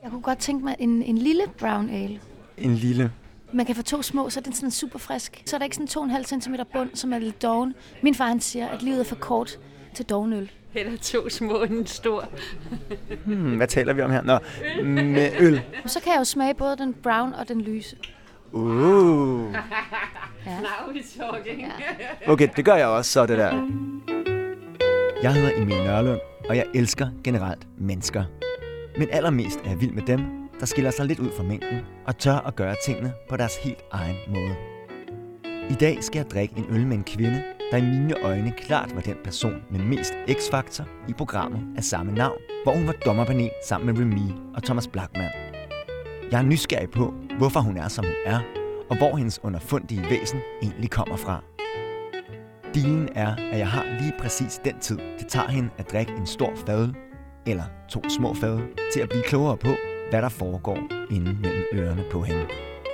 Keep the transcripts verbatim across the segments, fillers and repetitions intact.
Jeg kunne godt tænke mig en, en lille brown ale. En lille? Man kan få to små, så er den sådan super frisk. Så er der ikke sådan to komma fem centimeter bund, som er lidt doven. Min far han siger, at livet er for kort til dovenøl. Eller to små end en stor. Hmm, hvad taler vi om her? Nå, med øl. Så kan jeg jo smage både den brown og den lyse. Uh. Ja. Now we're talking. Ja. Okay, det gør jeg også, så det der. Jeg hedder Emil Nørlund, og jeg elsker generelt mennesker. Men allermest er jeg vild med dem, der skiller sig lidt ud fra mængden og tør at gøre tingene på deres helt egen måde. I dag skal jeg drikke en øl med en kvinde, der i mine øjne klart var den person med mest x-faktor i programmet af samme navn, hvor hun var dommerpanel sammen med Remy og Thomas Blachman. Jeg er nysgerrig på, hvorfor hun er, som hun er, og hvor hendes underfundige væsen egentlig kommer fra. Dealen er, at jeg har lige præcis den tid, det tager hende at drikke en stor fadøl, eller to små fadøl, til at blive klogere på, hvad der foregår inde mellem ørerne på hende.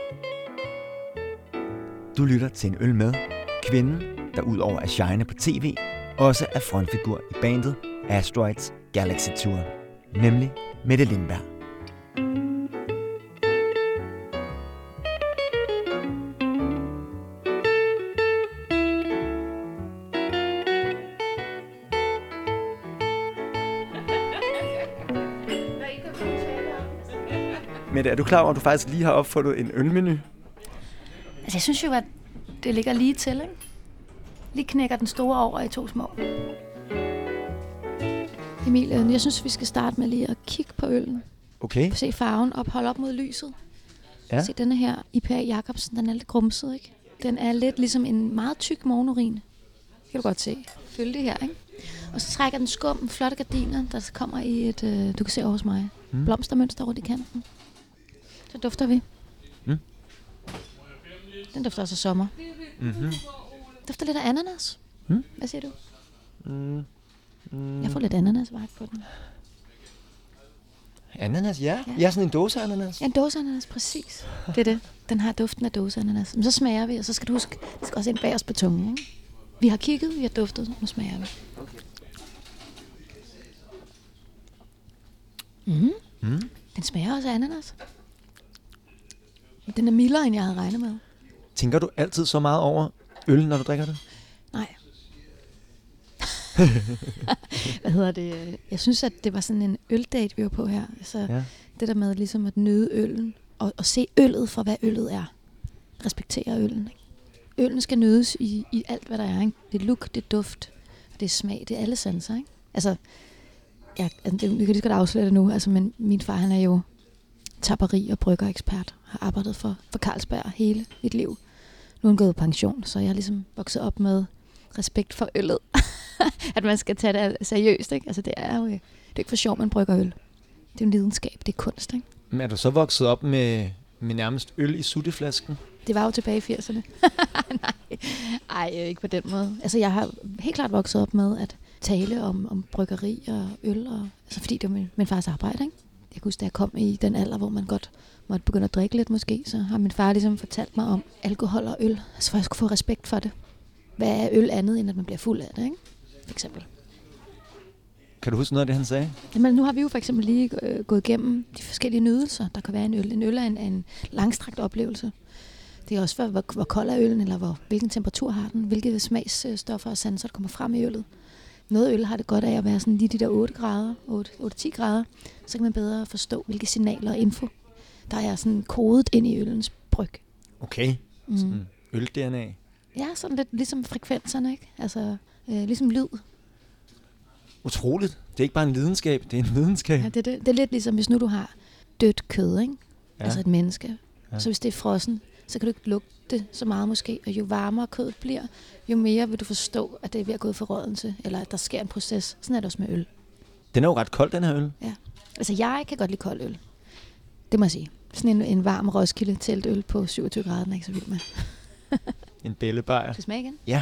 Du lytter til en øl med kvinden, der udover at shine på tv, også er frontfigur i bandet Asteroids Galaxy Tour, nemlig Mette Lindberg. Mette, er du klar over, at du faktisk lige har opfundet en ølmenu? Altså, jeg synes jo, at det ligger lige til, ikke? Lige knækker den store over i to små. Emil, jeg synes, vi skal starte med lige at kigge på øllen. Okay. Se farven op, holde op mod lyset. Ja. Se denne her I P A Jacobsen, den er lidt grumset, ikke? Den er lidt ligesom en meget tyk morgenurin. Det kan du godt se. Følg det her, ikke? Og så trækker den skum, flotte gardiner, der kommer i et, øh, du kan se over hos mig, mm. blomstermønster rundt i kanten. Så dufter vi. Mm. Den dufter også af sommer. Mm-hmm. Dufter lidt af ananas. Mm. Hvad siger du? Mm. Mm. Jeg får lidt ananas-vibe på den. Ananas, ja. Ja, ja, sådan en dåseananas. Ja, en dåseananas, præcis. Det er det. Den har duften af dåseananas. Men så smager vi, og så skal du huske, det skal også ind bag os på tungen, ikke? Vi har kigget, vi har duftet, nu smager vi. Mm. Mm. Den smager også af ananas. Den er mildere, end jeg havde regnet med. Tænker du altid så meget over øl, når du drikker det? Nej. Hvad hedder det? Jeg synes, at det var sådan en øldate, vi var på her. Så ja. Det der med ligesom at nyde øllen, og, og se øllet for, hvad øllet er. Respektere øllen. Ikke? Øllen skal nydes i, i alt, hvad der er. Ikke? Det er look, det er duft, det er smag, det er alle sanser. Ikke? Altså, jeg, altså det, vi kan lige godt afsløre det nu, altså, men min far, han er jo tapperi- og bryggerekspert. Har arbejdet for, for Carlsberg hele mit liv. Nu er han gået på pension, så jeg har ligesom vokset op med respekt for øllet. At man skal tage det seriøst, ikke? Altså det er jo det er ikke for sjov, man brygger øl. Det er en lidenskab, det er kunst, ikke? Men er du så vokset op med, med nærmest øl i sutteflasken? Det var jo tilbage i firserne. Nej, ej, ikke på den måde. Altså jeg har helt klart vokset op med at tale om, om bryggeri og øl, og, altså fordi det var min, min fars arbejde, ikke? Jeg kan huske, da jeg kom i den alder, hvor man godt måtte begynde at drikke lidt måske, så har min far ligesom fortalt mig om alkohol og øl, så jeg skulle få respekt for det. Hvad er øl andet, end at man bliver fuld af det, ikke? For eksempel. Kan du huske noget af det, han sagde? Jamen, nu har vi jo for eksempel lige øh, gået igennem de forskellige nydelser, der kan være en øl. En øl er en, en langstrakt oplevelse. Det er også for, hvor, hvor kold er øllen, eller hvor, hvilken temperatur har den, hvilke smagsstoffer og sanser, der kommer frem i øllet. Noget øl har det godt af at være sådan lige de der otte grader, otte til ti grader, så kan man bedre forstå, hvilke signaler og info, der er sådan kodet ind i øllens bryg. Okay, mm. Sådan øl-D N A. Ja, sådan lidt ligesom frekvenserne, ikke? Altså, øh, ligesom lyd. Utroligt. Det er ikke bare en lidenskab, det er en videnskab. Ja, det, det, det er lidt ligesom, hvis nu du har dødt kød, ikke? Ja. Altså et menneske. Ja. Så hvis det er frossen, så kan du ikke lugte det så meget måske. Og jo varmere kødet bliver, jo mere vil du forstå, at det er ved at gå i forrådelse, eller at der sker en proces. Sådan er det også med øl. Den er jo ret kold, den her øl. Ja. Altså, jeg kan godt lide kold øl. Det må jeg sige. Sådan en, en varm Roskilde teltøl på syvogtyve grader, den er ikke så vild med. En bællebajer. Skal smage igen? Ja.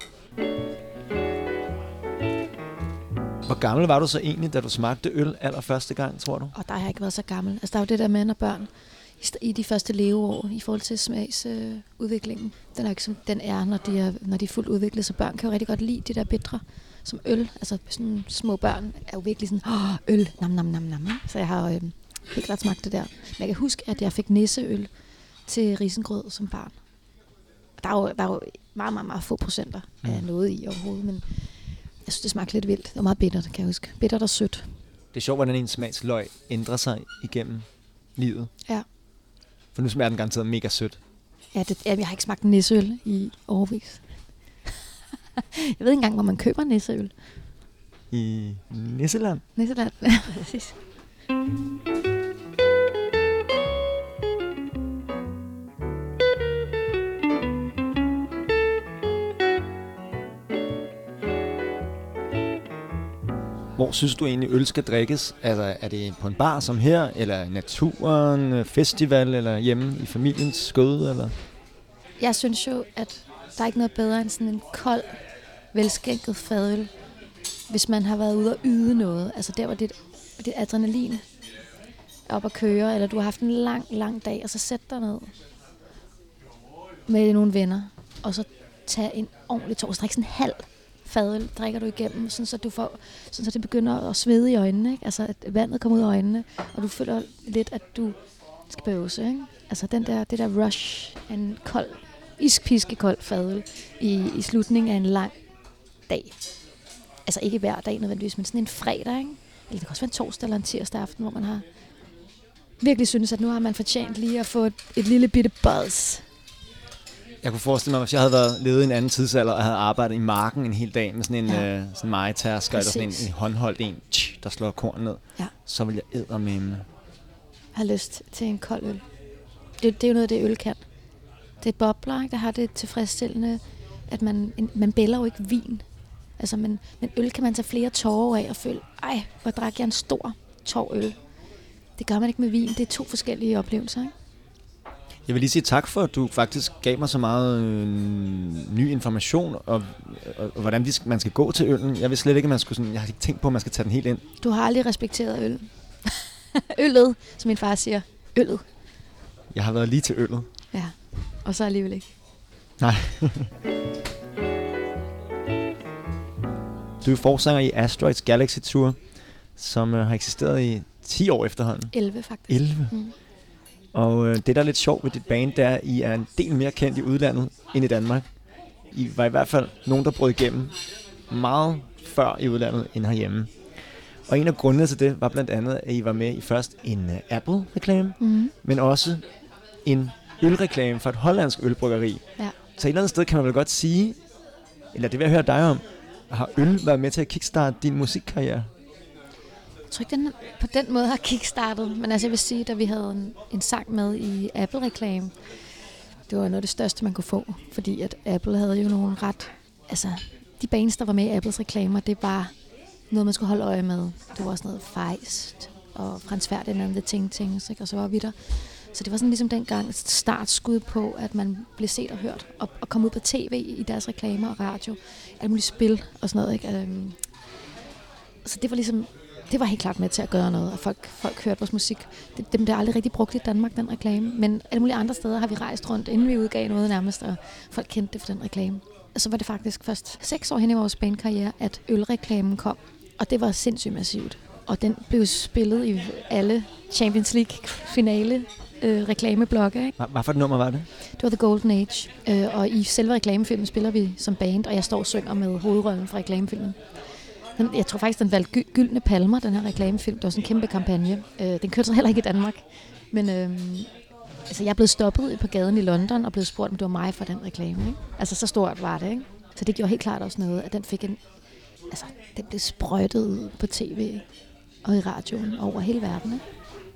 Hvor gammel var du så egentlig, da du smagte øl allerførste gang, tror du? Og der har jeg ikke været så gammel. Altså, der er jo det der med, når børn i de første leveår, i forhold til smagsudviklingen, øh, den er ikke som den er, når de er, når de er fuldt udviklet. Så børn kan jo rigtig godt lide de der bitre som øl. Altså, sådan små børn er jo virkelig sådan, åh, øl, nam, nam, nam, nam. Så jeg har, øh, Helt klart smagte det der. Men jeg kan huske, at jeg fik nisseøl til risengrød som barn. Der er jo, der er jo meget, meget, meget få procenter af noget i overhovedet, men jeg synes, det smagte lidt vildt. Det var meget bittert, kan jeg huske. Bittert og sødt. Det er sjovt, hvordan en smagsløg ændrer sig igennem livet. Ja. For nu smager den garanteret mega sødt. Ja, det, jeg har ikke smagt nisseøl i overvis. Jeg ved ikke engang, hvor man køber nisseøl. I Nisseland? Nisseland, ja, præcis. Hvor synes du egentlig, øl skal drikkes? Altså, er det på en bar som her, eller naturen, festival, eller hjemme i familiens skøde? Eller? Jeg synes jo, at der er ikke noget bedre end sådan en kold, velskænket fadøl, hvis man har været ude og yde noget. Altså der, hvor dit, dit adrenalin er op at køre, eller du har haft en lang, lang dag, og så sæt dig ned med nogle venner, og så tage en ordentlig tår, så drik sådan en halv fadøl, drikker du igennem, sådan så du får, sådan så det begynder at svede i øjnene, ikke? Altså at vandet kommer ud af øjnene, og du føler lidt, at du skal bøvse, ikke? Altså den der, det der rush af en kold, ispiskekold fadøl i, i slutningen af en lang dag. Altså ikke hver dag nødvendigvis, men sådan en fredag, ikke? Eller det kan også være en torsdag eller en tirsdag aften, hvor man har virkelig synes, at nu har man fortjent lige at få et, et lille bitte buzz. Jeg kunne forestille mig, hvis jeg havde været levet i en anden tidsalder og havde arbejdet i marken en hel dag med sådan en ja. øh, sådan mejetærsker eller sådan en, en håndholdt en, tch, der slår korn ned, ja. Så ville jeg eddermame have lyst til en kold øl. Det, det er jo noget, det øl kan. Det er bobler, ikke? Der har det tilfredsstillende, at man, en, man bæller jo ikke vin. Altså, men, men øl kan man tage flere tårer af og føle, ej, hvor drak jeg en stor tår øl. Det gør man ikke med vin. Det er to forskellige oplevelser, ikke? Jeg vil lige sige tak for, at du faktisk gav mig så meget øh, ny information, og, og, og hvordan man skal gå til øllen. Jeg vil slet ikke, at man skulle sådan, jeg har ikke tænkt på, at man skal tage den helt ind. Du har aldrig respekteret øl. Øllet, som min far siger. Øllet. Jeg har været lige til øllet. Ja, og så alligevel ikke. Nej. Du er forsanger i Asteroids Galaxy Tour, som øh, har eksisteret i ti år efterhånden. elleve faktisk. elleve. Mm. Og øh, det, der er lidt sjovt ved dit band, det er, at I er en del mere kendt i udlandet end i Danmark. I var i hvert fald nogen, der brød igennem meget før i udlandet end herhjemme. Og en af grundene til det var blandt andet, at I var med i først en uh, Apple-reklame, mm. men også en ølreklame for et hollandsk ølbryggeri. Ja. Så et eller andet sted kan man vel godt sige, eller det vil jeg høre dig om, har øl været med til at kickstarte din musikkarriere? Jeg tror ikke, den på den måde har kickstartet, men altså jeg vil sige, da vi havde en, en sang med i Apple-reklame, det var noget af det største, man kunne få, fordi at Apple havde jo nogle ret, altså de bands, der var med i Apples reklamer, det var noget, man skulle holde øje med. Det var også noget Feist og Frans Ferdinand, The Ting Tings, ikke? Og så var vi der. Så det var sådan ligesom dengang startskud på, at man blev set og hørt, og, og kom ud på tv i deres reklamer og radio, alt muligt spil og sådan noget, ikke? Um, så det var ligesom, det var helt klart med til at gøre noget, og folk, folk hørte vores musik. Det, dem der er aldrig rigtig brugt i Danmark, den reklame, men alle mulige andre steder har vi rejst rundt, inden vi udgav noget nærmest, og folk kendte det for den reklame. Og så var det faktisk først seks år hen i vores bandkarriere, at ølreklamen kom, og det var sindssygt massivt. Og den blev spillet i alle Champions League-finale øh, reklameblokke, ikke? Hvad for et nummer var det? Det var The Golden Age, øh, og i selve reklamefilmen spiller vi som band, og jeg står og synger med hovedrollen fra reklamefilmen. Jeg tror faktisk, den valgte Gyldne Palmer, den her reklamefilm. Det var sådan en kæmpe kampagne. Øh, den kørte så heller ikke i Danmark. Men øh, altså, jeg er blevet stoppet på gaden i London og blevet spurgt, om det var mig for den reklame, ikke? Altså, så stort var det, ikke? Så det gjorde helt klart også noget, at den fik en... Altså, den blev sprøjtet ud på tv og i radioen over hele verden, ikke?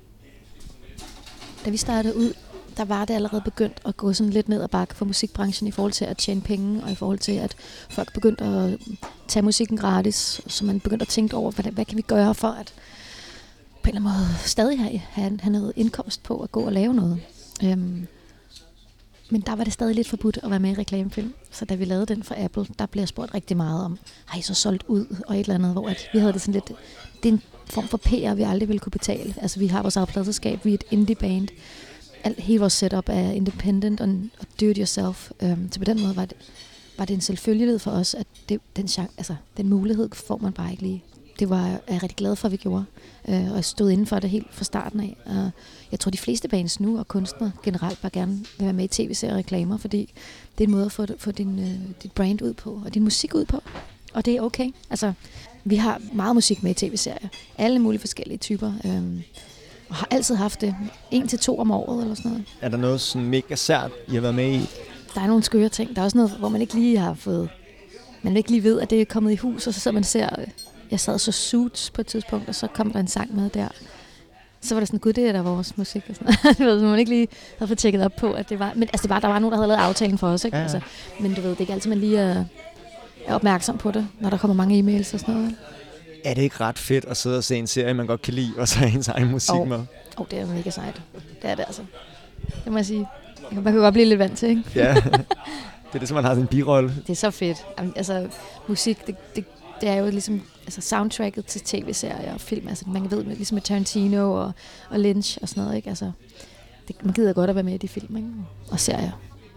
Da vi startede ud, der var det allerede begyndt at gå sådan lidt ned ad bakke for musikbranchen i forhold til at tjene penge, og i forhold til, at folk begyndte at tage musikken gratis, så man begyndte at tænke over, hvad, hvad kan vi gøre for at på en eller anden måde stadig have, have, have noget indkomst på at gå og lave noget. Øhm, men der var det stadig lidt forbudt at være med i reklamefilm, så da vi lavede den for Apple, der blev jeg spurgt rigtig meget om, har I så solgt ud og et eller andet, hvor at vi havde det sådan lidt, det er en form for P R, vi aldrig ville kunne betale. Altså vi har vores eget pladselskab, vi er et indie band. Alt, hele vores setup er independent og, og do it yourself. Um, så på den måde var det, var det en selvfølgelighed for os, at det, den, chance, altså, den mulighed får man bare ikke lige det var jeg er rigtig glad for, at vi gjorde. Øh, og jeg stod inden for det helt fra starten af. Og jeg tror, de fleste bands nu og kunstnere generelt bare gerne vil være med i tv-serier og reklamer, fordi det er en måde at få, få din, øh, dit brand ud på, og din musik ud på. Og det er okay. Altså, vi har meget musik med i tv-serier. Alle mulige forskellige typer. Øh, og har altid haft det. En til to om året eller sådan noget. Er der noget sådan mega sært, I har været med i? Der er nogle skøre ting. Der er også noget, hvor man ikke lige har fået... Man ikke lige ved, at det er kommet i hus, og så sidder man ser... Jeg sad så Suits på et tidspunkt, og så kom der en sang med der. Så var det sådan, gud, det er der vores musik. Og sådan noget. Så man ikke lige havde fået tjekket op på, at det var... Men altså, det var, der var nogen, der havde lavet aftalen for os, ikke? Ja, ja. Altså, men du ved, det er ikke altid, man lige er, er opmærksom på det, når der kommer mange e-mails og sådan noget. Er det ikke ret fedt at sidde og se en serie, man godt kan lide, og så ens egen musik oh. med? Åh, oh, det er mega sejt. Det er det altså. Det må jeg sige. Man kan godt blive lidt vant til, ikke? Ja, det er det, som man har sin birolle. Det er så fedt. Altså, musik, det, det, det er jo ligesom altså soundtracket til tv-serier og film. Altså, man ved ligesom med Tarantino og, og Lynch og sådan noget, ikke? Altså, det, man gider godt at være med i de film, ikke? Og serier.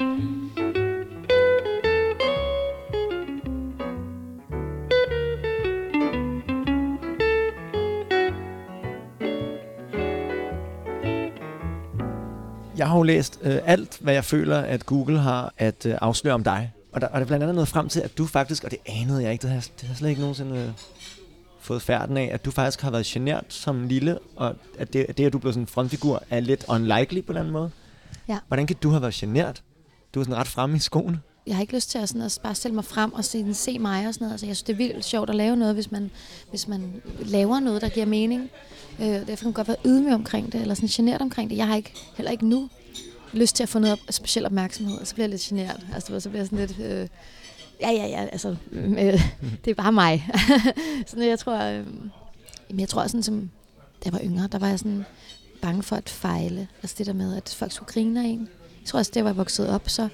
Jeg har jo læst øh, alt, hvad jeg føler, at Google har at øh, afsløre om dig. Og der og det er blandt andet noget frem til, at du faktisk, og det anede jeg ikke, det har, det har jeg slet ikke nogensinde øh, fået færden af, at du faktisk har været genert som lille, og at det, det at du blev sådan en frontfigur, er lidt unlikely på den måde. Ja. Hvordan kan du have været genert? Du er sådan ret fremme i skoene. Jeg har ikke lyst til at, sådan, at bare stille mig frem og se, se mig og sådan noget. Altså, jeg synes, det er vildt sjovt at lave noget, hvis man, hvis man laver noget, der giver mening. Øh, derfor kan man godt være ydmyg omkring det, eller sådan genert omkring det. Jeg har ikke, heller ikke nu lyst til at få noget speciel opmærksomhed, og så bliver jeg lidt genert. Altså, så bliver jeg sådan lidt... Øh, ja, ja, ja, altså... Øh, det er bare mig. Sådan, jeg tror... Øh, jeg tror sådan, som... Da jeg var yngre, der var jeg sådan bange for at fejle. Altså det der med, at folk skulle grine af en. Jeg tror også, det var jeg vokset op, så...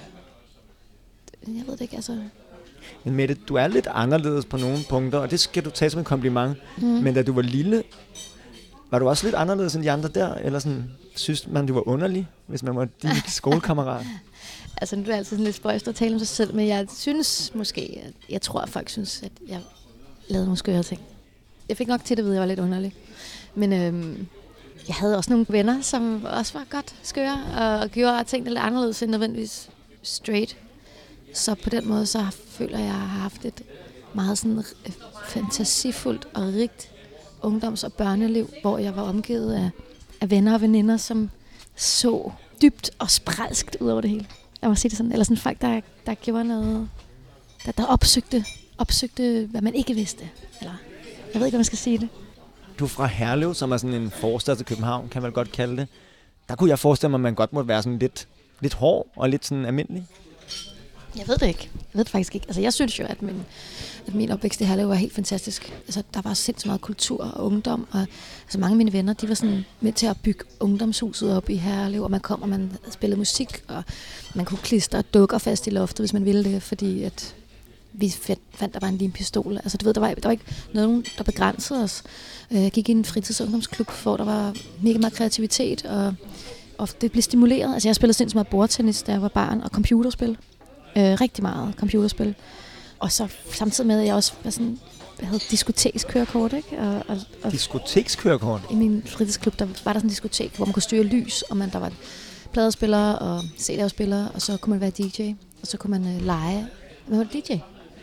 Jeg ved det ikke, altså... Men Mette, du er lidt anderledes på nogle punkter, og det skal du tage som en kompliment. Mm. Men da du var lille, var du også lidt anderledes end de andre der? Eller sådan, synes man, du var underlig, hvis man var din skolekammerat? Altså, nu er det altid sådan lidt spøjst at tale om sig selv, men jeg synes måske, at jeg tror, at folk synes, at jeg lavede nogle skøre ting. Jeg fik nok til det ved, at jeg var lidt underlig. Men øhm, jeg havde også nogle venner, som også var godt skøre, og, og gjorde tingene lidt anderledes end nødvendigvis straight. Så på den måde, så føler jeg, at jeg har haft et meget sådan fantasifuldt og rigt ungdoms- og børneliv, hvor jeg var omgivet af, af venner og veninder, som så dybt og sprælskt ud over det hele. Jeg må sige det sådan. Eller sådan folk, der, der gjorde noget, der, der opsøgte, opsøgte, hvad man ikke vidste. Eller, jeg ved ikke, hvad man skal sige det. Du er fra Herlev, som er sådan en forstad til København, kan man godt kalde det. Der kunne jeg forestille mig, at man godt måtte være sådan lidt, lidt hård og lidt sådan almindelig. Jeg ved det ikke. Jeg ved det faktisk ikke. Altså, jeg synes jo, at min, at min opvækst i Herlev var helt fantastisk. Altså, der var sindssygt meget kultur og ungdom, og altså, mange af mine venner, de var sådan med til at bygge ungdomshuset op i Herlev, og man kom, og man spillede musik, og man kunne klistre dukker fast i loftet, hvis man ville det, fordi at vi fandt, der var en limpistol. Altså, du ved, der var, der var ikke nogen, der begrænsede os. Jeg gik i en fritids- og ungdomsklub, hvor der var mega meget kreativitet, og, og det blev stimuleret. Altså, jeg spillede sindssygt meget bordtennis, da jeg var barn, og computerspil. Øh, rigtig meget computerspil. Og så samtidig med, at jeg også var sådan, jeg havde diskotekskørekort, ikke? Og, og, og diskotekskørekort? I min fritidsklub, der var der sådan en diskotek, hvor man kunne styre lys, og man, der var pladespillere og C D-afspillere, og så kunne man være D J, og så kunne man øh, lege. Man var D J.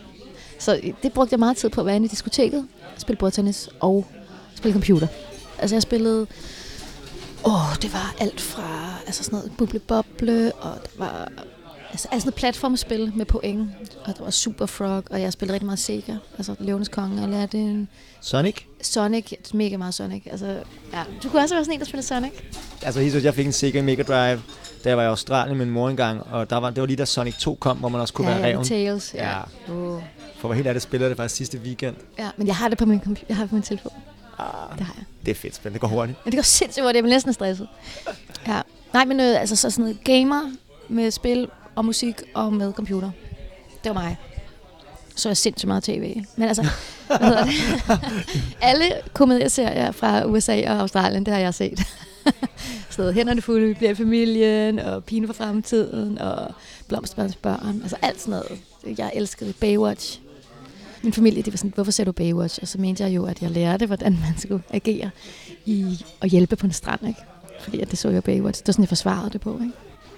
Så det brugte jeg meget tid på at være inde i diskoteket, spille bordtennis og spille computer. Altså jeg spillede, åh, det var alt fra altså sådan noget buble-boble, og der var altså alt sådan noget platformspil med point, og der var Super Frog, og jeg spillede rigtig meget Sega, altså Løvenes Konge, og lærte en... Sonic? Sonic, mega meget Sonic, altså, ja. Du kunne også være sådan en, der spillede Sonic. Altså, helt jeg fik en Sega Mega Drive, da jeg var i Australien med min mor engang, og der var, det var lige da Sonic to kom, hvor man også kunne ja, være ja, reven. Tails, ja. ja. Oh. For hvor helt af det spillede det faktisk sidste weekend. Ja, men jeg har det på min computer, jeg har det på min telefon. Ah, det har jeg. Det er fedt spil, det går hurtigt. Ja, det går sindssygt hurtigt, jeg bliver næsten stresset. Ja. Nej, men øh, altså så sådan noget gamer med spil og musik og med computer. Det var mig. Så er jeg sindssygt meget tv. Men altså, hvad hedder det? Alle komedieserier fra U S A og Australien, det har jeg set. Så noget Hænderne fulde, Vi bliver i familien, og Pine for fremtiden, og Blomsterbarns børn. Altså alt sådan noget. Jeg elskede Baywatch. min familie, de var sådan, hvorfor ser du Baywatch? Og så mente jeg jo, at jeg lærte, hvordan man skulle agere i at hjælpe på en strand, ikke? Fordi at det så jeg Baywatch. Det var sådan, jeg forsvarede det på, ikke?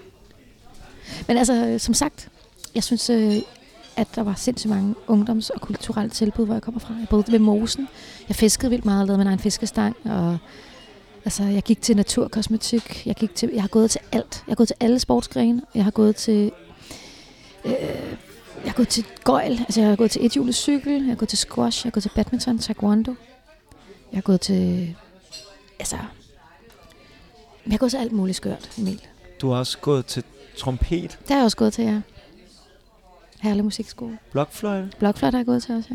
Men altså, som sagt, jeg synes, at der var sindssygt mange ungdoms- og kulturelle tilbud, hvor jeg kommer fra. Jeg boede ved Mosen. Jeg fiskede vildt meget, lavede min egen fiskestang, og altså, jeg gik til naturkosmetik. Jeg, gik til, jeg har gået til alt. Jeg har gået til alle sportsgrene. Jeg har gået til... Øh, jeg har gået til gøjl. Altså, jeg har gået til ethjulet cykel. Jeg har gået til squash. Jeg har gået til badminton, taekwondo. Jeg har gået til... Altså... Jeg har gået til alt muligt skørt, Emil. Du har også gået til trompet. Det har jeg også gået til, ja. Herlig musikskole. Blokfløjte. Blokfløjte har jeg gået til også, ja.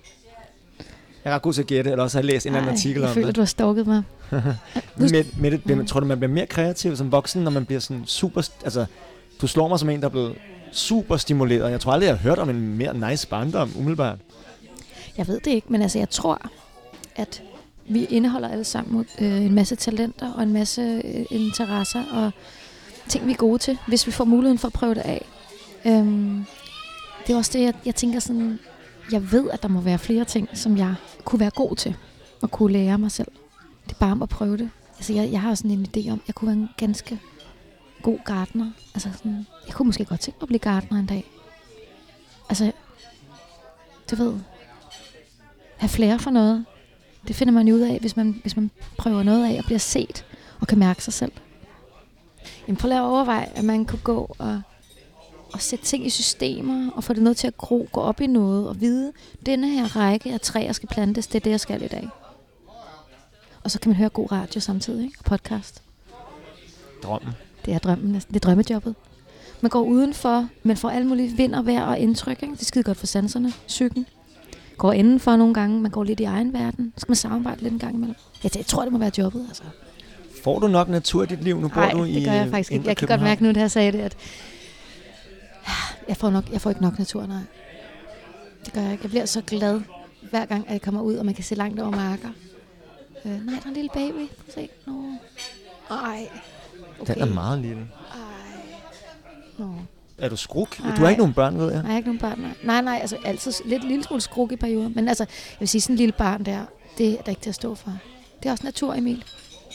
Jeg er ret god til at gætte, eller også har jeg læst en eller anden artikel om det. Jeg føler, at du har stalket mig. med, med det, ja. Tror du, man bliver mere kreativ som voksen, når man bliver sådan super... Altså, du slår mig som en, der er blevet super stimuleret. Jeg tror aldrig, jeg har hørt om en mere nice barndom, umiddelbart. Jeg ved det ikke, men altså, jeg tror, at vi indeholder alle sammen øh, en masse talenter og en masse øh, interesser og ting, vi er gode til, hvis vi får muligheden for at prøve det af. Øhm, det er også det, jeg, jeg tænker sådan... Jeg ved, at der må være flere ting, som jeg kunne være god til og kunne lære mig selv. Det er bare om at prøve det. Altså, jeg, jeg har sådan en idé om, at jeg kunne være en ganske god gartner. Altså, sådan, jeg kunne måske godt tænke mig at blive gartner en dag. Altså, du ved, have flere for noget. Det finder man ud af, hvis man, hvis man prøver noget af og bliver set og kan mærke sig selv. Jamen, prøv at overveje, at man kunne gå og og sætte ting i systemer, og få det noget til at gro, gå op i noget, og vide, denne her række af træer skal plantes, det er det, jeg skal i dag. Og så kan man høre god radio samtidig, ikke? Og podcast. Drømmen. Det er drømmen næsten. Det er drømmejobbet. Man går udenfor, man får alle mulige vind og vejr og indtryk, ikke? Det er skide godt for sanserne, psyken. Går indenfor nogle gange, man går lidt i egen verden. Så skal man samarbejde lidt en gang imellem. Ja, det, jeg tror, det må være jobbet, altså. Får du nok natur i dit liv? Nu bor Nej, du i det gør jeg faktisk ikke. Jeg kan godt mærke nu, da jeg sagde det, at Jeg får, nok, jeg får ikke nok natur, nej. Det gør jeg ikke. Jeg bliver så glad, hver gang, at jeg kommer ud, og man kan se langt over marker. Øh, nej, der er en lille baby. Se. Nå. Ej. Okay. Den er meget lille. Ej. Nå. Er du skruk? Du har ikke nogen børn, ved jeg? Nej, jeg har ikke nogen børn, nej. Nej, nej, altså altid lidt lille smule skruk i perioder. Men altså, jeg vil sige, sådan en lille barn der, det er der ikke til at stå for. Det er også natur, Emil.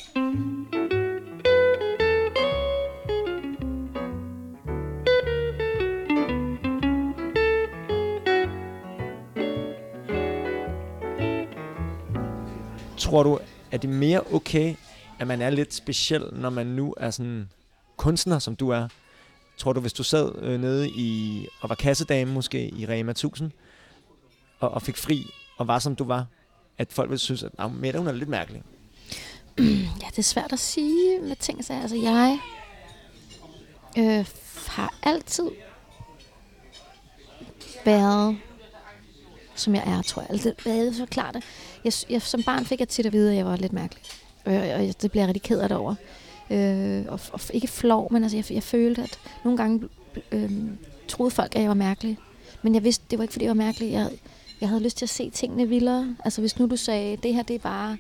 Tror du, at det er mere okay, at man er lidt speciel, når man nu er sådan kunstner, som du er? Tror du, hvis du sad øh, nede i, og var kassedame måske i Rema tusind, og, og fik fri, og var som du var, at folk ville synes, at Mette, hun er lidt mærkelig? Ja, det er svært at sige med ting, så altså jeg øh, har altid været, som jeg er, tror jeg. Altså, det er så klart det. Jeg, jeg, som barn fik jeg tit at vide, at jeg var lidt mærkelig. Og, og, og det bliver jeg rigtig ked af det over. Øh, og, og ikke flov, men altså, jeg, jeg følte, at nogle gange øh, troede folk, at jeg var mærkelig. Men jeg vidste, det var ikke, fordi jeg var mærkelig. Jeg, jeg havde lyst til at se tingene vildere. Altså, hvis nu du sagde, det her, det er bare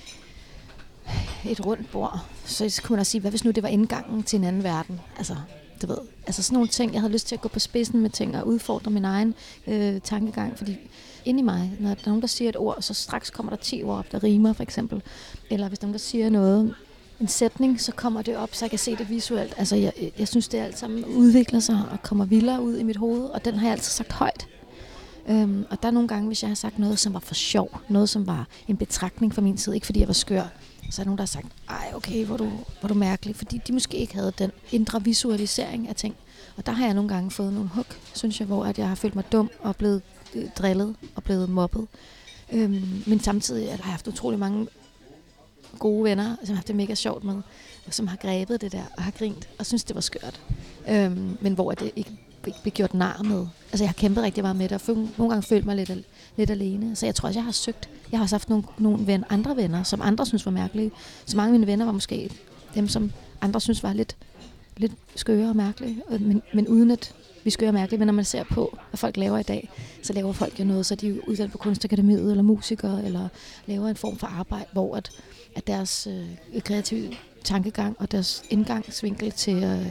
et rundt bord, så kunne man også sige, hvad hvis nu det var indgangen til en anden verden? Altså, du ved, altså sådan nogle ting. Jeg havde lyst til at gå på spidsen med ting og udfordre min egen øh, tankegang, fordi inde i mig, når der er nogen, der siger et ord, så straks kommer der ti ord op, der rimer for eksempel. Eller hvis nogen, der siger noget, en sætning, så kommer det op, så jeg kan se det visuelt. Altså, jeg, jeg synes, det alt sammen udvikler sig og kommer vildere ud i mit hoved, og den har jeg altid sagt højt. Øhm, og der er nogle gange, hvis jeg har sagt noget, som var for sjov, noget, som var en betragtning fra min side, ikke fordi jeg var skør, så er der nogen, der har sagt, ej, okay, hvor du, hvor du mærkelig, fordi de måske ikke havde den indre visualisering af ting. Og der har jeg nogle gange fået nogle hug, synes jeg, hvor at jeg har følt mig dum og blevet øh, drillet og blevet mobbet. Øhm, men samtidig har jeg haft utrolig mange gode venner, som har haft det mega sjovt med, og som har grebet det der og har grint og synes, det var skørt. Øhm, men hvor det ikke blev gjort nar med. Altså, jeg har kæmpet rigtig meget med det, og nogle gange følt mig lidt, lidt alene. Så jeg tror også, jeg har søgt. Jeg har også haft nogle, nogle ven, andre venner, som andre synes var mærkelige. Så mange af mine venner var måske dem, som andre synes var lidt, lidt skøre og mærkelige. Men, men uden at vi skøre og mærkelige. Men når man ser på, hvad folk laver i dag, så laver folk jo noget, så de er uddannet på Kunstakademiet, eller musikere, eller laver en form for arbejde, hvor at, at deres øh, kreative tankegang og deres indgangsvinkel til øh,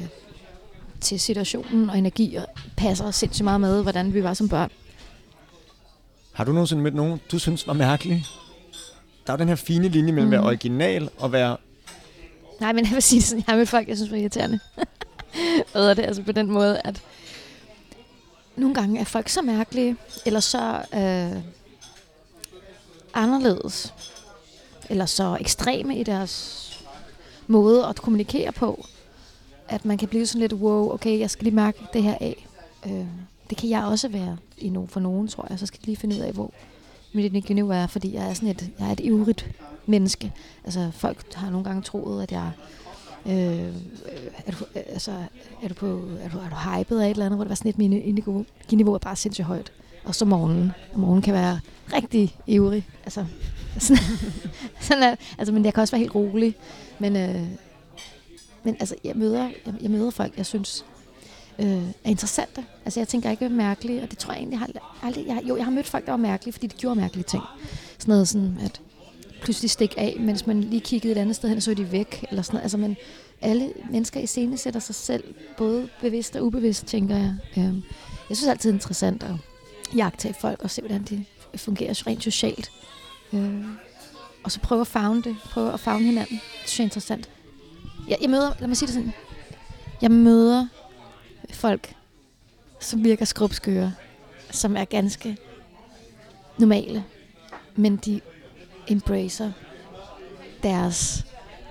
til situationen og energi og passer sindssygt meget med, hvordan vi var som børn. Har du nogensinde mødt nogen, du synes var mærkelig? Der er den her fine linje mellem mm. at være original og være... Nej, men jeg vil sige sådan, jeg har mødt folk, jeg synes var irriterende. Hvad er det? Altså på den måde, at nogle gange er folk så mærkelige, eller så øh, anderledes, eller så ekstreme i deres måde at kommunikere på, at man kan blive sådan lidt, wow, okay, jeg skal lige mærke det her af. Øh, det kan jeg også være i no, for nogen, tror jeg. Så skal jeg lige finde ud af, hvor mit niveau er, fordi jeg er sådan et, jeg er et ivrigt menneske. Altså, folk har nogle gange troet, at jeg... Øh, er, du, altså, er, du på, er, du, er du hyped af et eller andet, hvor det var sådan et, min energiniveau er bare sindssygt højt. Og så morgenen. Og morgenen kan være rigtig ivrig. Altså, sådan, sådan er, altså, men jeg kan også være helt rolig. Men, øh, men altså, jeg møder, jeg, jeg møder folk, jeg synes øh, er interessante. Altså, jeg tænker ikke, at mærkelige, og det tror jeg egentlig, jeg har aldrig... Jeg, jo, jeg har mødt folk, der var mærkelige, fordi de gjorde mærkelige ting. Sådan noget sådan, at pludselig stik af, mens man lige kiggede et andet sted hen, så er de væk, eller sådan noget. Altså, men alle mennesker i scene sætter sig selv, både bevidst og ubevidst, tænker jeg. Øhm, jeg synes altid, det er interessant at jagtage folk og se, hvordan de fungerer rent socialt. Øhm, og så prøve at favne det, prøve at favne hinanden. Det synes jeg er interessant. Jeg, jeg møder, lad mig sige det sådan, jeg møder folk, som virker skrubskøre, som er ganske normale, men de embracer deres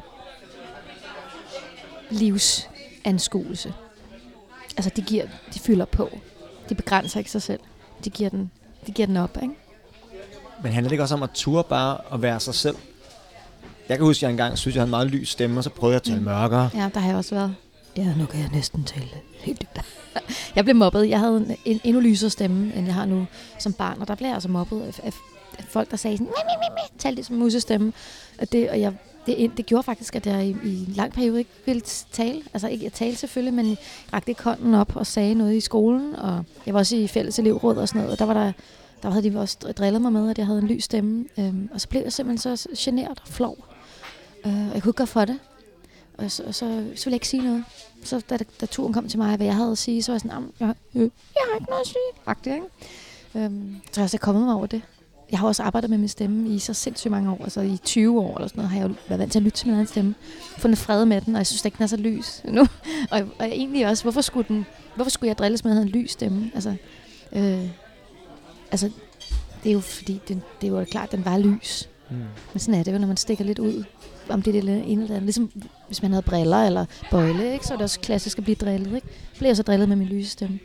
livsanskuelse. Altså, de, giver, de fylder på. De begrænser ikke sig selv. De giver den, de giver den op, ikke? Men handler det ikke også om at ture bare at være sig selv? Jeg kan huske, at jeg engang synes, jeg havde en meget lys stemme, og så prøvede jeg at tale mm. mørkere. Ja, der har jeg også været. Ja, nu kan jeg næsten tale helt dybt. Jeg blev mobbet. Jeg havde en, en endnu lysere stemme, end jeg har nu som barn, og der blev jeg altså mobbet af, af, af folk, der sagde sådan, mi, mi, mi, mi, talte det som musestemme. Og det, og jeg, det, det gjorde faktisk, at jeg i, i en lang periode ikke ville tale. Altså ikke, jeg talte selvfølgelig, men jeg rakte ikke hånden op og sagde noget i skolen, og jeg var også i fælles elevråd og sådan noget, og der var der, der havde de også drillet mig med, at jeg havde en lys stemme. Øhm, og så blev jeg simpelthen så genert og flov. Øh, og jeg kunne ikke gøre for det. Og så, og så, så ville jeg ikke sige noget. Så da, da turen kom til mig, hvad jeg havde at sige, så var jeg sådan, jeg, øh, jeg har ikke noget at sige. Faktisk, ikke? Øhm, så jeg er også kommet mig over det. Jeg har også arbejdet med min stemme i så sindssygt mange år. Altså i tyve år eller sådan noget, har jeg jo været vant til at lytte til min egen stemme. Fundet fred med den, og jeg synes ikke, den er så lys nu. og, og egentlig også, hvorfor skulle, den, hvorfor skulle jeg drilles med at have en lys stemme? Altså, øh, altså det er jo fordi, den, det er jo klart, at den var lys. Mm. Men sådan er det jo, når man stikker lidt ud. Om det er det ene eller andet. Ligesom hvis man havde briller eller bøjle, ikke? Så er det også klassisk at blive drillet. Ikke? Så bliver jeg så drillet med min lyse stemme.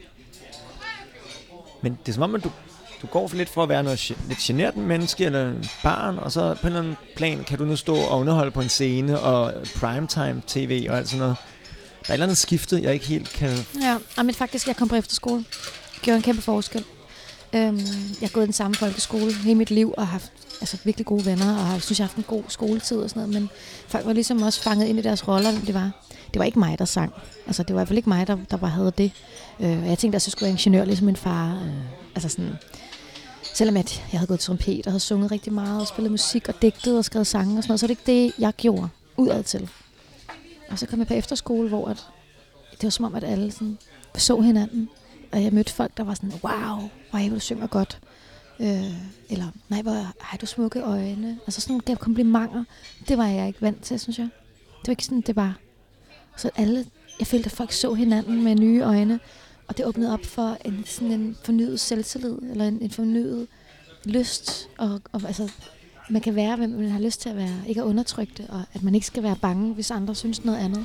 Men det er som om, at du, du går for lidt for at være noget lidt genert menneske eller en barn, og så på en eller anden plan kan du nu stå og underholde på en scene og primetime tv og alt sådan noget. Der er et eller andet skiftet, jeg ikke helt kan... Ja, men faktisk, jeg kom på efterskole. Det gjorde en kæmpe forskel. Øhm, jeg har gået i den samme folkeskole hele mit liv og har haft altså, virkelig gode venner, og har, synes, jeg har haft en god skoletid og sådan noget, men folk var ligesom også fanget ind i deres roller, det var. Det var ikke mig, der sang. Altså, det var i hvert fald ikke mig, der, der bare havde det. Øh, jeg tænkte, at jeg skulle være ingeniør, ligesom min far. Øh, altså sådan... Selvom at jeg havde gået til trompet og havde sunget rigtig meget og spillet musik og digtet og skrevet sange og sådan noget, så var det ikke det, jeg gjorde udad til. Og så kom jeg på efterskole, hvor at, det var som om, at alle sådan, så hinanden. Og jeg mødte folk, der var sådan, wow, hvor du synger godt. Øh, eller, nej, hvor har du smukke øjne. Altså sådan nogle komplimenter. Det var jeg ikke vant til, synes jeg. Det var ikke sådan, det var. Så alle, jeg følte, at folk så hinanden med nye øjne. Og det åbnede op for en, sådan en fornyet selvtillid, eller en, en fornyet lyst. Og, og altså, man kan være, hvem man har lyst til at være. Ikke at undertrykke det, og at man ikke skal være bange, hvis andre synes noget andet.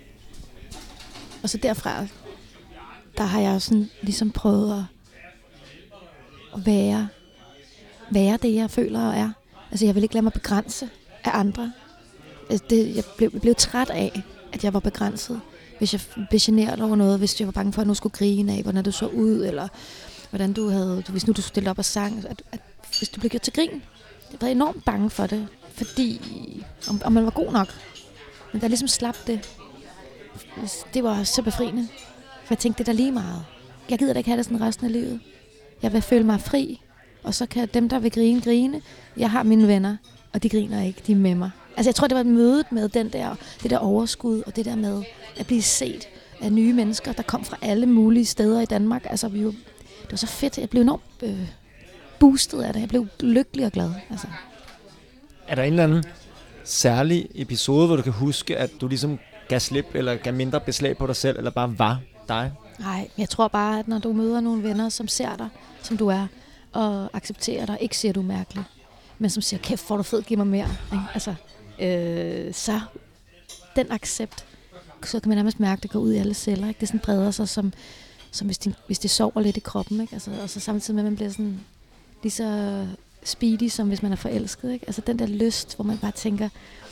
Og så derfra, der har jeg sådan ligesom prøvet at, at være, være det, jeg føler og er. Altså, jeg vil ikke lade mig begrænse af andre. Altså, det, jeg, blev, jeg blev træt af, at jeg var begrænset. Hvis jeg blev generet over noget, hvis jeg var bange for, at nu skulle grine af, hvordan du så ud, eller hvordan du havde, hvis nu du stillede op og sang, at, at hvis du blev gjort til grin. Jeg var enormt bange for det, fordi om, om man var god nok. Men der ligesom slap det. Det var så befriende. For jeg tænkte, det er da lige meget. Jeg gider da ikke have det sådan resten af livet. Jeg vil føle mig fri, og så kan dem, der vil grine, grine. Jeg har mine venner, og de griner ikke, de er med mig. Altså jeg tror, det var et møde med den der, det der overskud, og det der med at blive set af nye mennesker, der kom fra alle mulige steder i Danmark. Altså vi jo, det var så fedt. Jeg blev enormt øh, boostet af det. Jeg blev lykkelig og glad. Altså. Er der en eller anden særlig episode, hvor du kan huske, at du ligesom gav slip, eller gav mindre beslag på dig selv, eller bare var dig? Nej, jeg tror bare, at når du møder nogle venner, som ser dig, som du er, og accepterer dig, ikke siger, du er mærkelig, men som siger, kæft, får du fed, giv mig mere. Ikke? Altså, øh, så den accept, så kan man nærmest mærke, at det går ud i alle celler. Ikke? Det sådan breder sig, som, som hvis, de, hvis det sover lidt i kroppen. Ikke? Altså, og så samtidig med, at man bliver sådan lige så speedy, som hvis man er forelsket. Ikke? Altså den der lyst, hvor man bare tænker,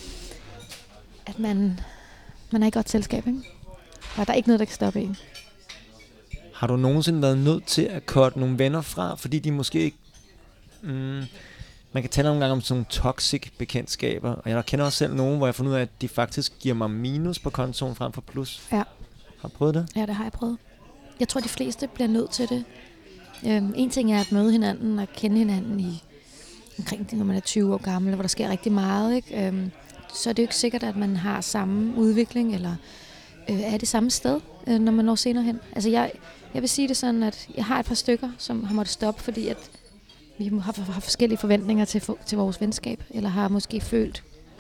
at man, man er i godt selskab. Ikke? Og der er ikke noget, der kan stoppe en. Har du nogensinde været nødt til at cutte nogle venner fra, fordi de måske ikke... Mm, man kan tale nogle gange om sådan nogle toxic bekendtskaber, og jeg kender også selv nogen, hvor jeg har fundet ud af, at de faktisk giver mig minus på kontoen frem for plus. Ja. Har du prøvet det? Ja, det har jeg prøvet. Jeg tror, de fleste bliver nødt til det. Øhm, en ting er at møde hinanden og kende hinanden i omkring det, når man er tyve år gammel, hvor der sker rigtig meget. Ikke? Øhm, så er det jo ikke sikkert, at man har samme udvikling, eller øh, er det samme sted, øh, når man når senere hen. Altså jeg, jeg vil sige det sådan, at jeg har et par stykker, som har måttet stoppe, fordi at vi har, har forskellige forventninger til, til vores venskab, eller har måske følt,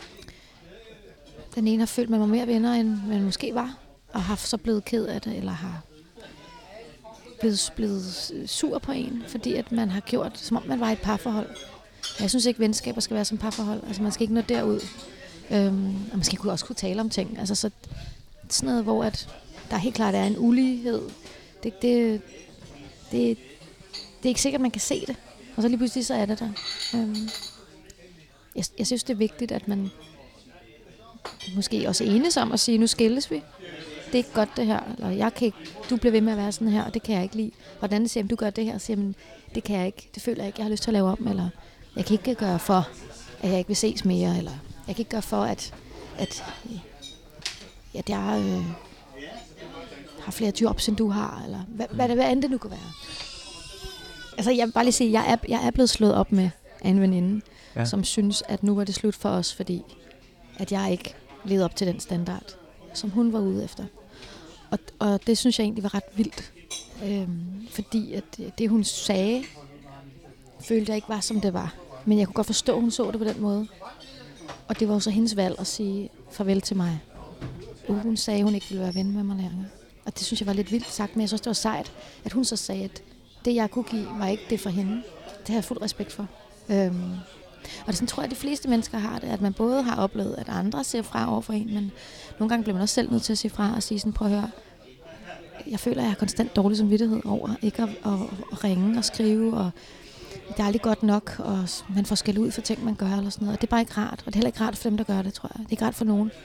den ene har følt, man var mere venner, end man måske var, og har så blevet ked af det, eller har blevet, blevet sur på en, fordi at man har gjort, som om man var i et parforhold. Jeg synes ikke, venskaber skal være som parforhold. Altså man skal ikke nå derud. Øhm, og man skal også kunne tale om ting. Altså så sådan noget, hvor at der helt klart er en ulighed. Det, det, det, det er ikke sikkert, at man kan se det. Og så lige pludselig så er det der. Øhm, jeg, jeg synes, det er vigtigt, at man måske også enes om at sige, nu skilles vi. Det er ikke godt det her. Eller jeg kan ikke, du bliver ved med at være sådan her, og det kan jeg ikke lide. Hvordan det siger, at du gør det her, siger man, det kan jeg ikke. Det føler jeg ikke, jeg har lyst til at lave om. Eller jeg kan ikke gøre for, at jeg ikke vil ses mere. Eller jeg kan ikke gøre for, at, at, at jeg øh, har flere jobs, end du har. Eller hvad, hvad, hvad end det nu kan være. Altså jeg vil bare lige sige, jeg er, jeg er blevet slået op med af en veninde, ja. Som synes, at nu var det slut for os, fordi at jeg ikke levede op til den standard, som hun var ude efter. Og, og det synes jeg egentlig var ret vildt. Øhm, fordi at det, hun sagde, følte jeg ikke var, som det var. Men jeg kunne godt forstå, at hun så det på den måde. Og det var jo så hendes valg at sige farvel til mig. Og hun sagde, at hun ikke ville være ven med mig længere. Og det synes jeg var lidt vildt sagt, men jeg synes, det var sejt, at hun så sagde, at det, jeg kunne give, var ikke det for hende. Det har jeg fuld respekt for. Øhm, og det sådan, tror jeg, at de fleste mennesker har det, at man både har oplevet, at andre ser fra over for en, men nogle gange bliver man også selv nødt til at sige fra og sige sådan, prøv at høre, jeg føler, at jeg har konstant dårlig samvittighed over ikke at, at, at ringe og skrive, og det er aldrig godt nok, og man får skæld ud for ting, man gør, eller sådan noget. Og det er bare ikke rart, og det er heller ikke rart for dem, der gør det, tror jeg. Det er ikke rart for nogen.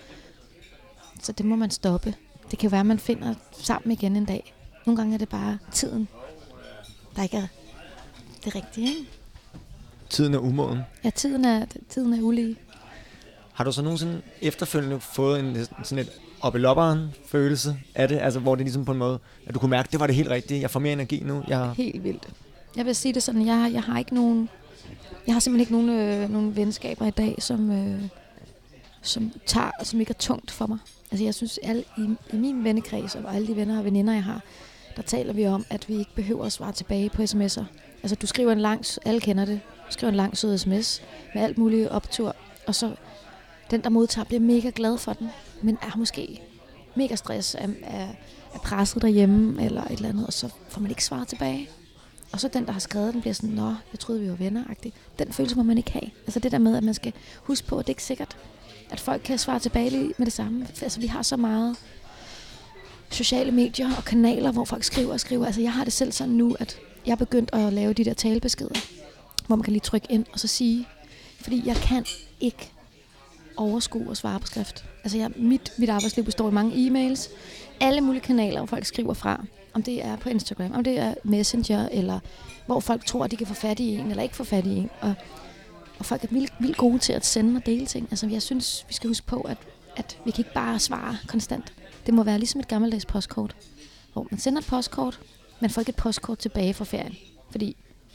Så det må man stoppe. Det kan jo være, at man finder sammen igen en dag. Nogle gange er det bare tiden, der ikke er det rigtige, ikke? Tiden er umoden. Ja, tiden er, tiden er ulige. Har du så nogensinde efterfølgende fået en sådan et op-i-lopperen følelse af det? Altså hvor det ligesom på en måde, at du kunne mærke, det var det helt rigtige. Jeg får mere energi nu. Jeg... Helt vildt. Jeg vil sige det sådan, jeg, jeg har ikke nogen, jeg har simpelthen ikke nogen, øh, nogen venskaber i dag, som, øh, som tager, som ikke er tungt for mig. Altså jeg synes, alle, i, i min vennekreds og alle de venner og veninder, jeg har, der taler vi om, at vi ikke behøver at svare tilbage på sms'er. Altså du skriver en lang, alle kender det, du skriver en lang sød sms med alt muligt optur, og så den, der modtager, bliver mega glad for den, men er måske mega stress af, af, af presset derhjemme eller et eller andet, og så får man ikke svaret tilbage. Og så den, der har skrevet den, bliver sådan, nå, jeg troede, vi var venner-agtigt. Den følelse må man ikke have. Altså det der med, at man skal huske på, at det ikke er sikkert, at folk kan svare tilbage lige med det samme. Altså vi har så meget sociale medier og kanaler, hvor folk skriver og skriver. Altså jeg har det selv sådan nu, at jeg er begyndt at lave de der talebeskeder, hvor man kan lige trykke ind og så sige, fordi jeg kan ikke overskue og svare på skrift. Altså jeg, mit, mit arbejdsliv består i mange e-mails, alle mulige kanaler, hvor folk skriver fra. Om det er på Instagram, om det er Messenger, eller hvor folk tror, at de kan få fat i en, eller ikke få fat i en. Og, og folk er vildt, vildt gode til at sende og dele ting. Altså jeg synes, vi skal huske på, at, at vi kan ikke bare svare konstant. Det må være ligesom et gammeldags postkort, hvor man sender et postkort, men får ikke et postkort tilbage fra ferien, fordi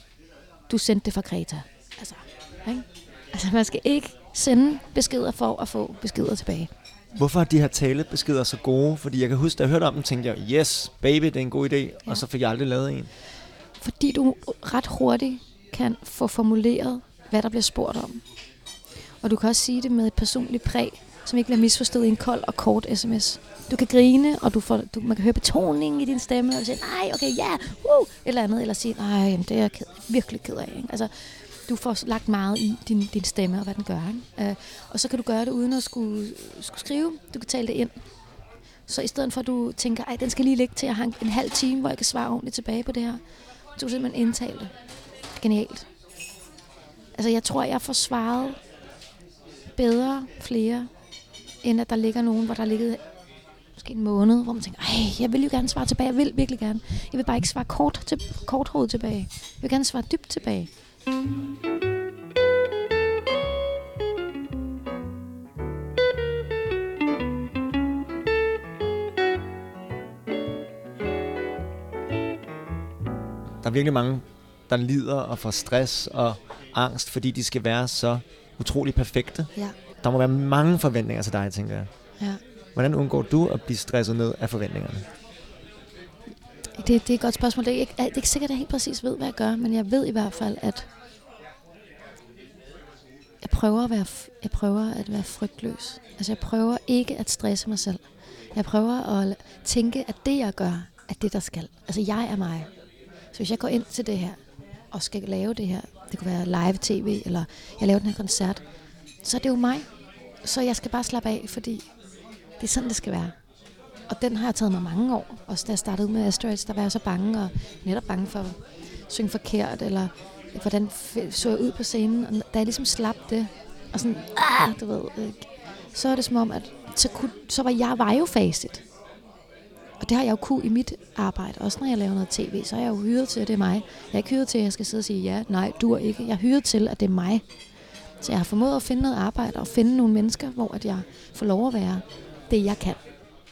du sendte det fra Kreta. Altså, ikke? Altså man skal ikke sende beskeder for at få beskeder tilbage. Hvorfor er de her talebeskeder så gode? Fordi jeg kan huske, da jeg hørte om dem, tænkte jeg, yes, baby, det er en god idé, ja. Og så fik jeg aldrig lavet en. Fordi du ret hurtigt kan få formuleret, hvad der bliver spurgt om. Og du kan også sige det med et personligt præg, som ikke bliver misforstået i en kold og kort sms. Du kan grine, og du får, du, man kan høre betoningen i din stemme, og sige, nej, okay, ja, yeah, uh, eller andet, eller sige, nej, jamen, det er jeg ked, virkelig ked af. Ikke? Altså, du får lagt meget i din, din stemme, og hvad den gør. Ikke? Uh, og så kan du gøre det, uden at skulle, skulle skrive. Du kan tale det ind. Så i stedet for, at du tænker, ej, den skal lige ligge til at have en halv time, hvor jeg kan svare ordentligt tilbage på det her, så kan du simpelthen indtale det. Genialt. Altså, jeg tror, jeg får svaret bedre, flere, end at der ligger nogen, hvor der ligger måske en måned, hvor man tænker, ej, jeg vil jo gerne svare tilbage, jeg vil virkelig gerne. Jeg vil bare ikke svare kort til, korthovedet tilbage. Jeg vil gerne svare dybt tilbage. Der er virkelig mange, der lider og får stress og angst, fordi de skal være så utrolig perfekte. Ja. Der må være mange forventninger til dig, tænker jeg. Ja. Hvordan undgår du at blive stresset ned af forventningerne? Det, det er et godt spørgsmål. Det er, ikke, det er ikke sikkert, at jeg helt præcis ved, hvad jeg gør, men jeg ved i hvert fald, at jeg prøver at være, jeg prøver at være frygtløs. Altså, jeg prøver ikke at stresse mig selv. Jeg prøver at tænke, at det, jeg gør, er det, der skal. Altså, jeg er mig. Så hvis jeg går ind til det her, og skal lave det her, det kunne være live tv, eller jeg laver den her koncert, så er det jo mig. Så jeg skal bare slappe af, fordi det er sådan, det skal være. Og den har jeg taget mig mange år. Også da jeg startede med Asteroids, der var jeg så bange, og netop bange for at synge forkert, eller hvordan så jeg ud på scenen. Og da jeg ligesom slap det, og sådan, ah, du ved, øh, så er det som om, at så, kunne, så var jeg var jo facet. Og det har jeg jo kunne i mit arbejde. Også når jeg laver noget tv, så er jeg jo hyret til, at det er mig. Jeg er ikke hyret til, at jeg skal sidde og sige, ja, nej, du er ikke. Jeg er hyret til, at det er mig. Så jeg har formået at finde noget arbejde, og finde nogle mennesker, hvor at jeg får lov at være det, jeg kan.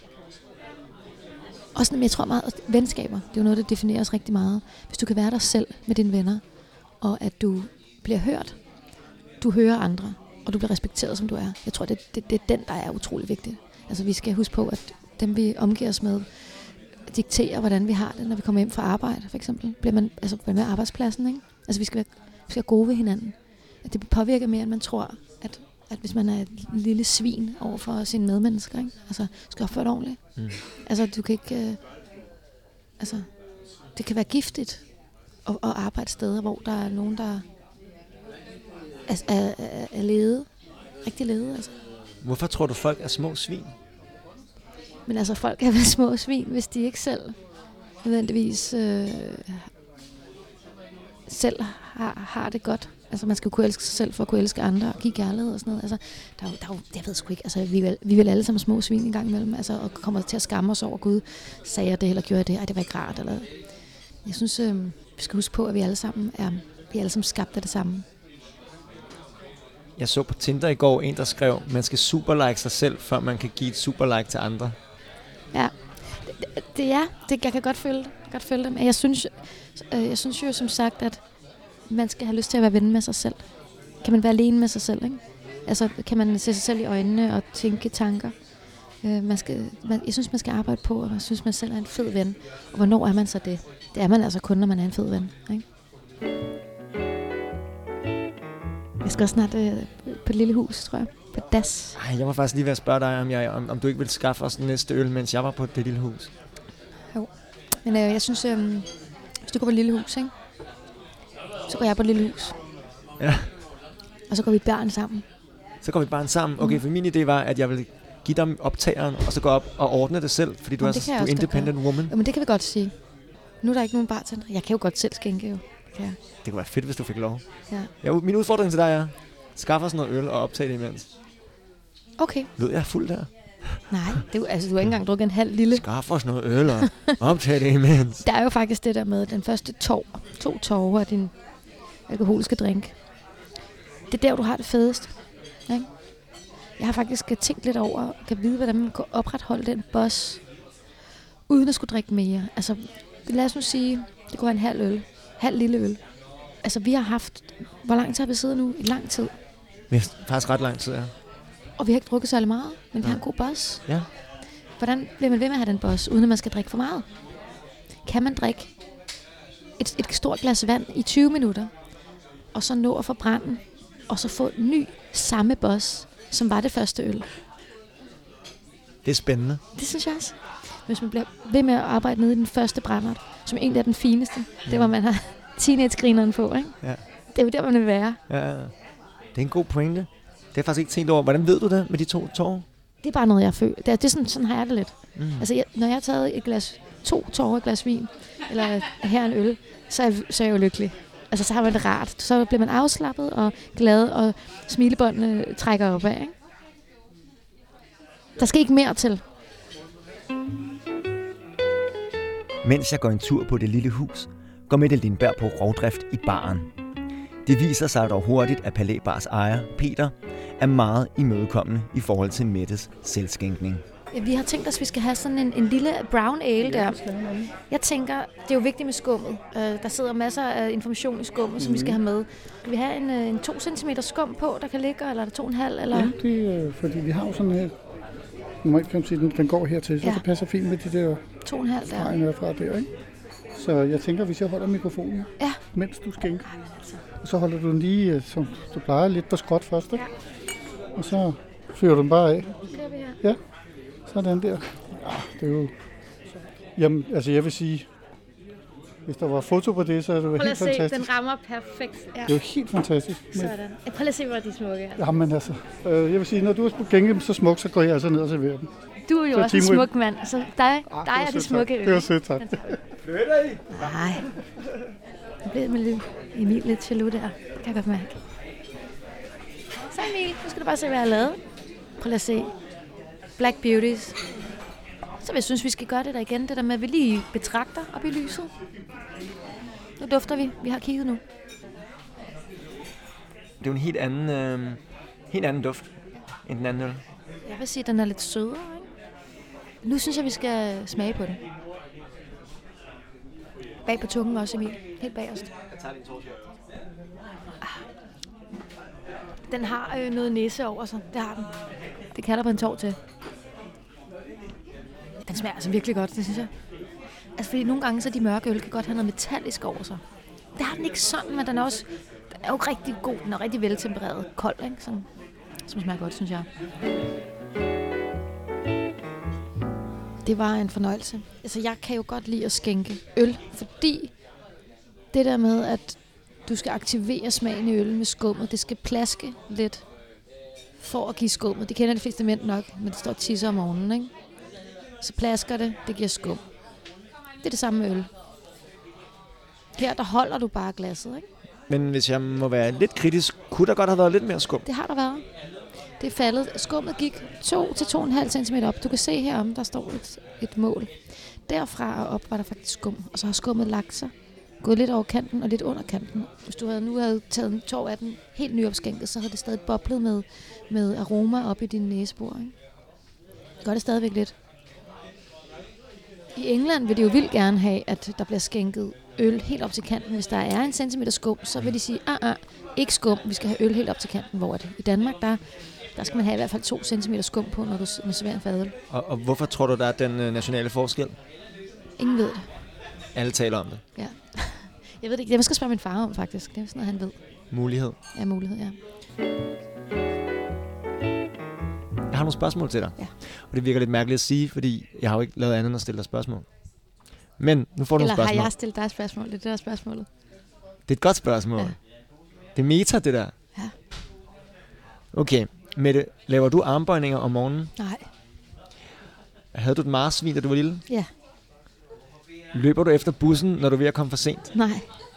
Også, jeg tror meget, at venskaber, det er jo noget, der defineres rigtig meget. Hvis du kan være dig selv med dine venner, og at du bliver hørt, du hører andre, og du bliver respekteret, som du er. Jeg tror, det, det, det er den, der er utrolig vigtig. Altså, vi skal huske på, at dem, vi omgiver os med, dikterer, hvordan vi har det, når vi kommer hjem fra arbejde, for eksempel. Bliver man, altså, med arbejdspladsen, ikke? Altså, vi skal være, vi skal være gode ved hinanden. At det påvirker mere, end man tror, at, at hvis man er et lille svin over for sine medmennesker, ikke? Altså, skal opføre det ordentligt. Mm. Altså, du kan ikke... Øh, altså, det kan være giftigt at, at arbejde steder, hvor der er nogen, der er, er, er, er lede. Rigtig lede, altså. Hvorfor tror du, folk er små svin? Men altså, folk er vel små svin, hvis de ikke selv nødvendigvis øh, selv har, har det godt. Altså, man skal jo kunne elske sig selv for at kunne elske andre og give kærlighed og sådan noget. Altså, der er jo, der er jo, jeg ved sgu ikke, altså, vi er vi vil alle sammen små svin en gang imellem, altså, og kommer til at skamme os over, Gud, sagde jeg det, eller gjorde jeg det, ej, det var ikke rart, eller... Jeg synes, øh, vi skal huske på, at vi alle sammen er, vi er alle sammen skabt af det samme. Jeg så på Tinder i går en, der skrev, man skal superlike sig selv, før man kan give et superlike til andre. Ja, det, det er, det, jeg kan godt følge det, godt følge det, men jeg synes, øh, jeg synes jo som sagt, at man skal have lyst til at være ven med sig selv. Kan man være alene med sig selv, ikke? Altså, kan man se sig selv i øjnene og tænke tanker. Øh, man skal, man, jeg synes, man skal arbejde på, og jeg synes, man selv er en fed ven. Og hvornår er man så det? Det er man altså kun, når man er en fed ven, ikke? Jeg skal også snart øh, på et lille hus, tror jeg. På das. Ej, jeg var faktisk lige ved at spørge dig, om, jeg, om, om du ikke ville skaffe os den næste øl, mens jeg var på det lille hus. Jo. Men øh, jeg synes, øh, hvis du går på et lille hus, ikke? Så går jeg på et lille hus. Ja. Og så går vi barn sammen. Så går vi barn sammen? Okay, for min idé var, at jeg ville give dig optageren, og så gå op og ordne det selv, fordi du Jamen, er, du er independent woman. Jo, men det kan vi godt sige. Nu er der ikke nogen bartender. Jeg kan jo godt selv skænke, jo. Ja. Det kunne være fedt, hvis du fik lov. Ja. Ja, min udfordring til dig er, skaffe os noget øl og optage det imens. Okay. Lød jeg fuld der? Nej, det er jo, altså, du har ikke engang drukket en halv lille. Skaffe os noget øl og optage det imens. Der er jo faktisk det der med den første tår, to tårer af din alkoholiske drink. Det er der, du har det fedest. Ikke? Jeg har faktisk tænkt lidt over, og kan vide, hvordan man kan opretholde den boss, uden at skulle drikke mere. Altså, lad os nu sige, det kunne være en halv øl. Halv lille øl. Altså, vi har haft... Hvor lang tid har vi siddet nu? I lang tid. Vi har faktisk ret lang tid, ja. Og vi har ikke drukket særlig meget, men vi ja. har en god boss. Ja. Hvordan bliver man ved med at have den boss, uden at man skal drikke for meget? Kan man drikke et, et stort glas vand i tyve minutter, og så nå at forbrænde, og så få en ny samme boss, som var det første øl. Det er spændende. Det synes jeg også. Hvis man bliver ved med at arbejde nede i den første brændert, som egentlig er den fineste, ja. Det var man har teenage-grineren på, ikke? Ja. Det er jo der, man vil være. Ja, det er en god pointe. Det har jeg faktisk ikke tænkt over. Hvordan ved du det med de to tårer? Det er bare noget, jeg føler. Det er, det er sådan, sådan har jeg det lidt. Mm. Altså, jeg, når jeg har taget et glas, to tårer et glas vin, eller her en øl, så er, jeg, så er jeg jo lykkelig. Altså, så har man det rart. Så bliver man afslappet og glad, og smilebåndene trækker opad, ikke? Der skal ikke mere til. Mens jeg går en tur på det lille hus, går Mette Lindberg på rovdrift i baren. Det viser sig dog hurtigt, at Palæ Bars ejer, Peter, er meget imødekommende i forhold til Mettes selvskænkning. Ja, vi har tænkt os, at vi skal have sådan en, en lille brown ale der. Jeg tænker, det er jo vigtigt med skummet. Uh, der sidder masser af information i skummet, som mm. vi skal have med. Skal vi have en, en to centimeter skum på, der kan ligge, eller er det to komma fem? Eller? Ja, det er, fordi vi har jo sådan her. Normalt kan man sige, at den går hertil, så ja. Det passer fint med de der to komma fem der. Fra der, ikke? Så jeg tænker, hvis jeg holder mikrofonen, ja. Mens du skænker, og så holder du den lige, som du plejer, lidt på skråt først, ikke? Ja. Og så fyrer du den bare af. Ja, sådan der. Ja, det er jo... Jamen, altså jeg vil sige, hvis der var foto på det, så er det jo helt fantastisk. Prøv at se, den rammer perfekt. Ja. Det er jo helt fantastisk. Sådan. Prøv lige at se, hvor de smukke er. Jamen altså, øh, jeg vil sige, når du er på gænge så smuk, så går jeg altså ned og serverer dem. Du er jo så også en smuk mand, så dig, ah, dig er de smukke øl. Det var sødt, tak. Flytter I? Nej. Nu bliver med Emil lidt jaloux der. Det kan jeg godt mærke. Så Emil, nu skal du bare se, hvad jeg har lavet. Prøv lige at se. Black Beauties. Så jeg synes, vi skal gøre det der igen. Det der med, at vi lige betragter op i lyset. Nu dufter vi. Vi har kigget nu. Det er jo en helt anden, øh, helt anden duft end den anden øl. Jeg vil sige, at den er lidt sødere, ikke? Nu synes jeg, vi skal smage på den. Bag på tungen også, Emil. Helt bagerst. Jeg tager din tårshot. Ah. Den har øh, noget næse over sig. Det har den. Det kalder på en tår til. Den smager altså virkelig godt, det synes jeg. Altså, fordi nogle gange så de mørke øl kan godt have noget metallisk over sig. Det har den ikke sådan, men den er også den er jo rigtig god. Den er rigtig veltempereret. Kold, ikke? Sådan, som smager godt, synes jeg. Det var en fornøjelse. Altså, jeg kan jo godt lide at skænke øl, fordi det der med, at du skal aktivere smagen i øl med skummet, det skal plaske lidt for at give skummet. Det kender de fleste mænd nok, men det står tisser om morgenen, ikke? Så plasker det, det giver skum. Det er det samme med øl. Her, der holder du bare glasset, ikke? Men hvis jeg må være lidt kritisk, kunne der godt have været lidt mere skum? Det har der været. Det er faldet. Skummet gik to til to komma fem centimeter op. Du kan se herom, der står et, et mål. Derfra og op var der faktisk skum. Og så har skummet lagt sig. Gået lidt over kanten og lidt under kanten. Hvis du havde nu havde taget en tår af den helt nyopskænket, så havde det stadig boblet med, med aroma op i din næsebor, ikke? Det gør det stadigvæk lidt. I England vil de jo vildt gerne have, at der bliver skænket øl helt op til kanten. Hvis der er en centimeter skum, så vil de sige, ah, ah, ikke skum, vi skal have øl helt op til kanten. Hvor er det? I Danmark, der, der skal man have i hvert fald to centimeter skum på, når du serverer en fadøl. Og, og hvorfor tror du, der er den øh, nationale forskel? Ingen ved det. Alle taler om det. Ja. Jeg ved det ikke. Jeg skal spørge min far om, faktisk. Det er sådan noget, han ved. Mulighed. Ja, mulighed, ja. Jeg har nogle spørgsmål til dig. Ja. Og det virker lidt mærkeligt at sige, fordi jeg har jo ikke lavet andet end at stille dig spørgsmål. Men nu får du nogle spørgsmål. Eller har jeg stillet dig spørgsmål? Det er det der spørgsmålet. Det er et godt spørgsmål. Ja. Det er meta, det der. Ja. Okay, Mette, laver du armbøjninger om morgenen? Nej. Havde du et marsvin, da du var lille? Ja. Løber du efter bussen, når du er ved at komme for sent? Nej.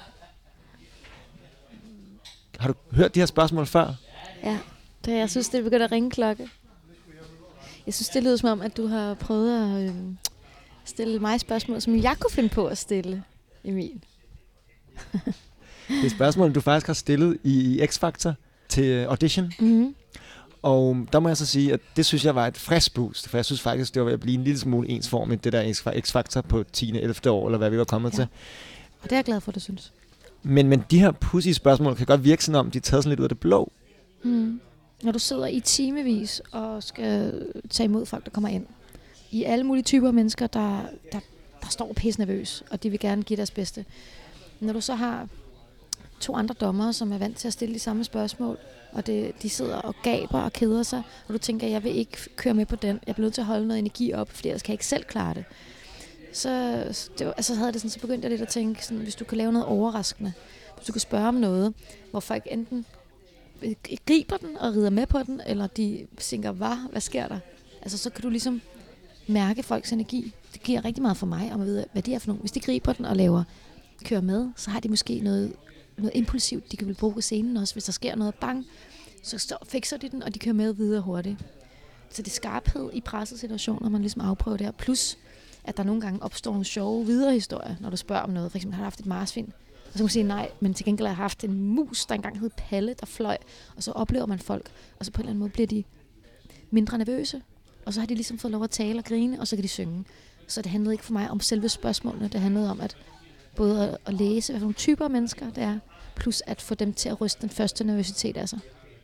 Har du hørt de her spørgsmål før? Ja, det, jeg synes, det begynder at ringe klokke. Jeg synes, det lyder som om, at du har prøvet at øh, stille mig spørgsmål, som jeg kunne finde på at stille, Emil. Det er spørgsmål, du faktisk har stillet i, i X-Factor til audition. Mm-hmm. Og der må jeg så sige, at det synes jeg var et frisk boost, for jeg synes faktisk, det var ved at blive en lille smule ensformigt, det der X-Factor på tiende ellevte år, eller hvad vi var kommet ja. til. Og det er jeg glad for, du synes. Men, men de her pudsige spørgsmål kan godt virke sådan om, de er taget sådan lidt ud af det blå. Mm. Når du sidder i timevis og skal tage imod folk, der kommer ind. I alle mulige typer af mennesker, der, der, der står pisse nervøs, og de vil gerne give deres bedste. Når du så har to andre dommere, som er vant til at stille de samme spørgsmål, og det, de sidder og gaber og keder sig, og du tænker, jeg vil ikke køre med på den. Jeg bliver nødt til at holde noget energi op, for ellers kan jeg ikke selv klare det. Så, det var, altså, havde det sådan, så begyndte jeg lidt at tænke, sådan, hvis du kan lave noget overraskende, hvis du kan spørge om noget, hvor folk enten griber den og rider med på den, eller de tænker, hvad, hvad sker der? Altså, så kan du ligesom mærke folks energi. Det giver rigtig meget for mig, om at vide, hvad de er for nogen. Hvis de griber den og laver kører med, så har de måske noget, noget impulsivt, de kan vel bruge på scenen også. Hvis der sker noget, bang, så fikser de den, og de kører med videre hurtigt. Så det er skarphed i pressede situationer, man ligesom afprøver det her. Plus, at der nogle gange opstår nogle sjove videre historier, når du spørger om noget. For eksempel har du haft et marsvin, og så kan man sige nej, men til gengæld har jeg haft en mus, der engang hed Palle, der fløj, og så oplever man folk, og så på en eller anden måde bliver de mindre nervøse, og så har de ligesom fået lov at tale og grine, og så kan de synge. Så det handlede ikke for mig om selve spørgsmålene, det handlede om at både at, at læse, hvad for nogle typer af mennesker det er, plus at få dem til at ryste den første nervøsitet af sig.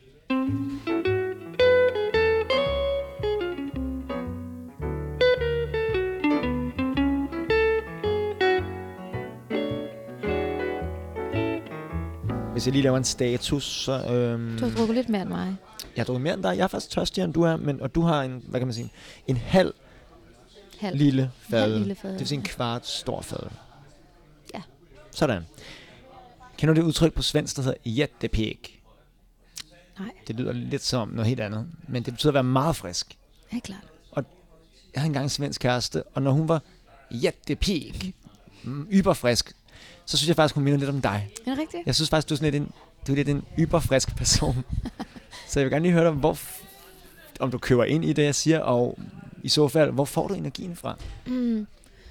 Hvis jeg lige laver en status, så... Øhm, du har drukket lidt mere end mig. Jeg har drukket mere end dig. Jeg er faktisk tørstigere end du er, men, og du har en, hvad kan man sige, en halv, halv. lille fad. Halv lille fad. Det vil sige en kvart stor fad. Ja. Sådan. Kender du det udtryk på svensk, der hedder jättepig? Nej. Det lyder lidt som noget helt andet, men det betyder at være meget frisk. Ja, klart. Og jeg havde engang en svensk kæreste, og når hun var jättepig, yberfrisk, så synes jeg faktisk, hun minder lidt om dig. Er det rigtigt? Jeg synes faktisk, du er sådan lidt en, du er lidt en yberfrisk person. Så jeg vil gerne lige høre dig, hvor, om du køber ind i det, jeg siger, og i så fald, hvor får du energien fra? Mm.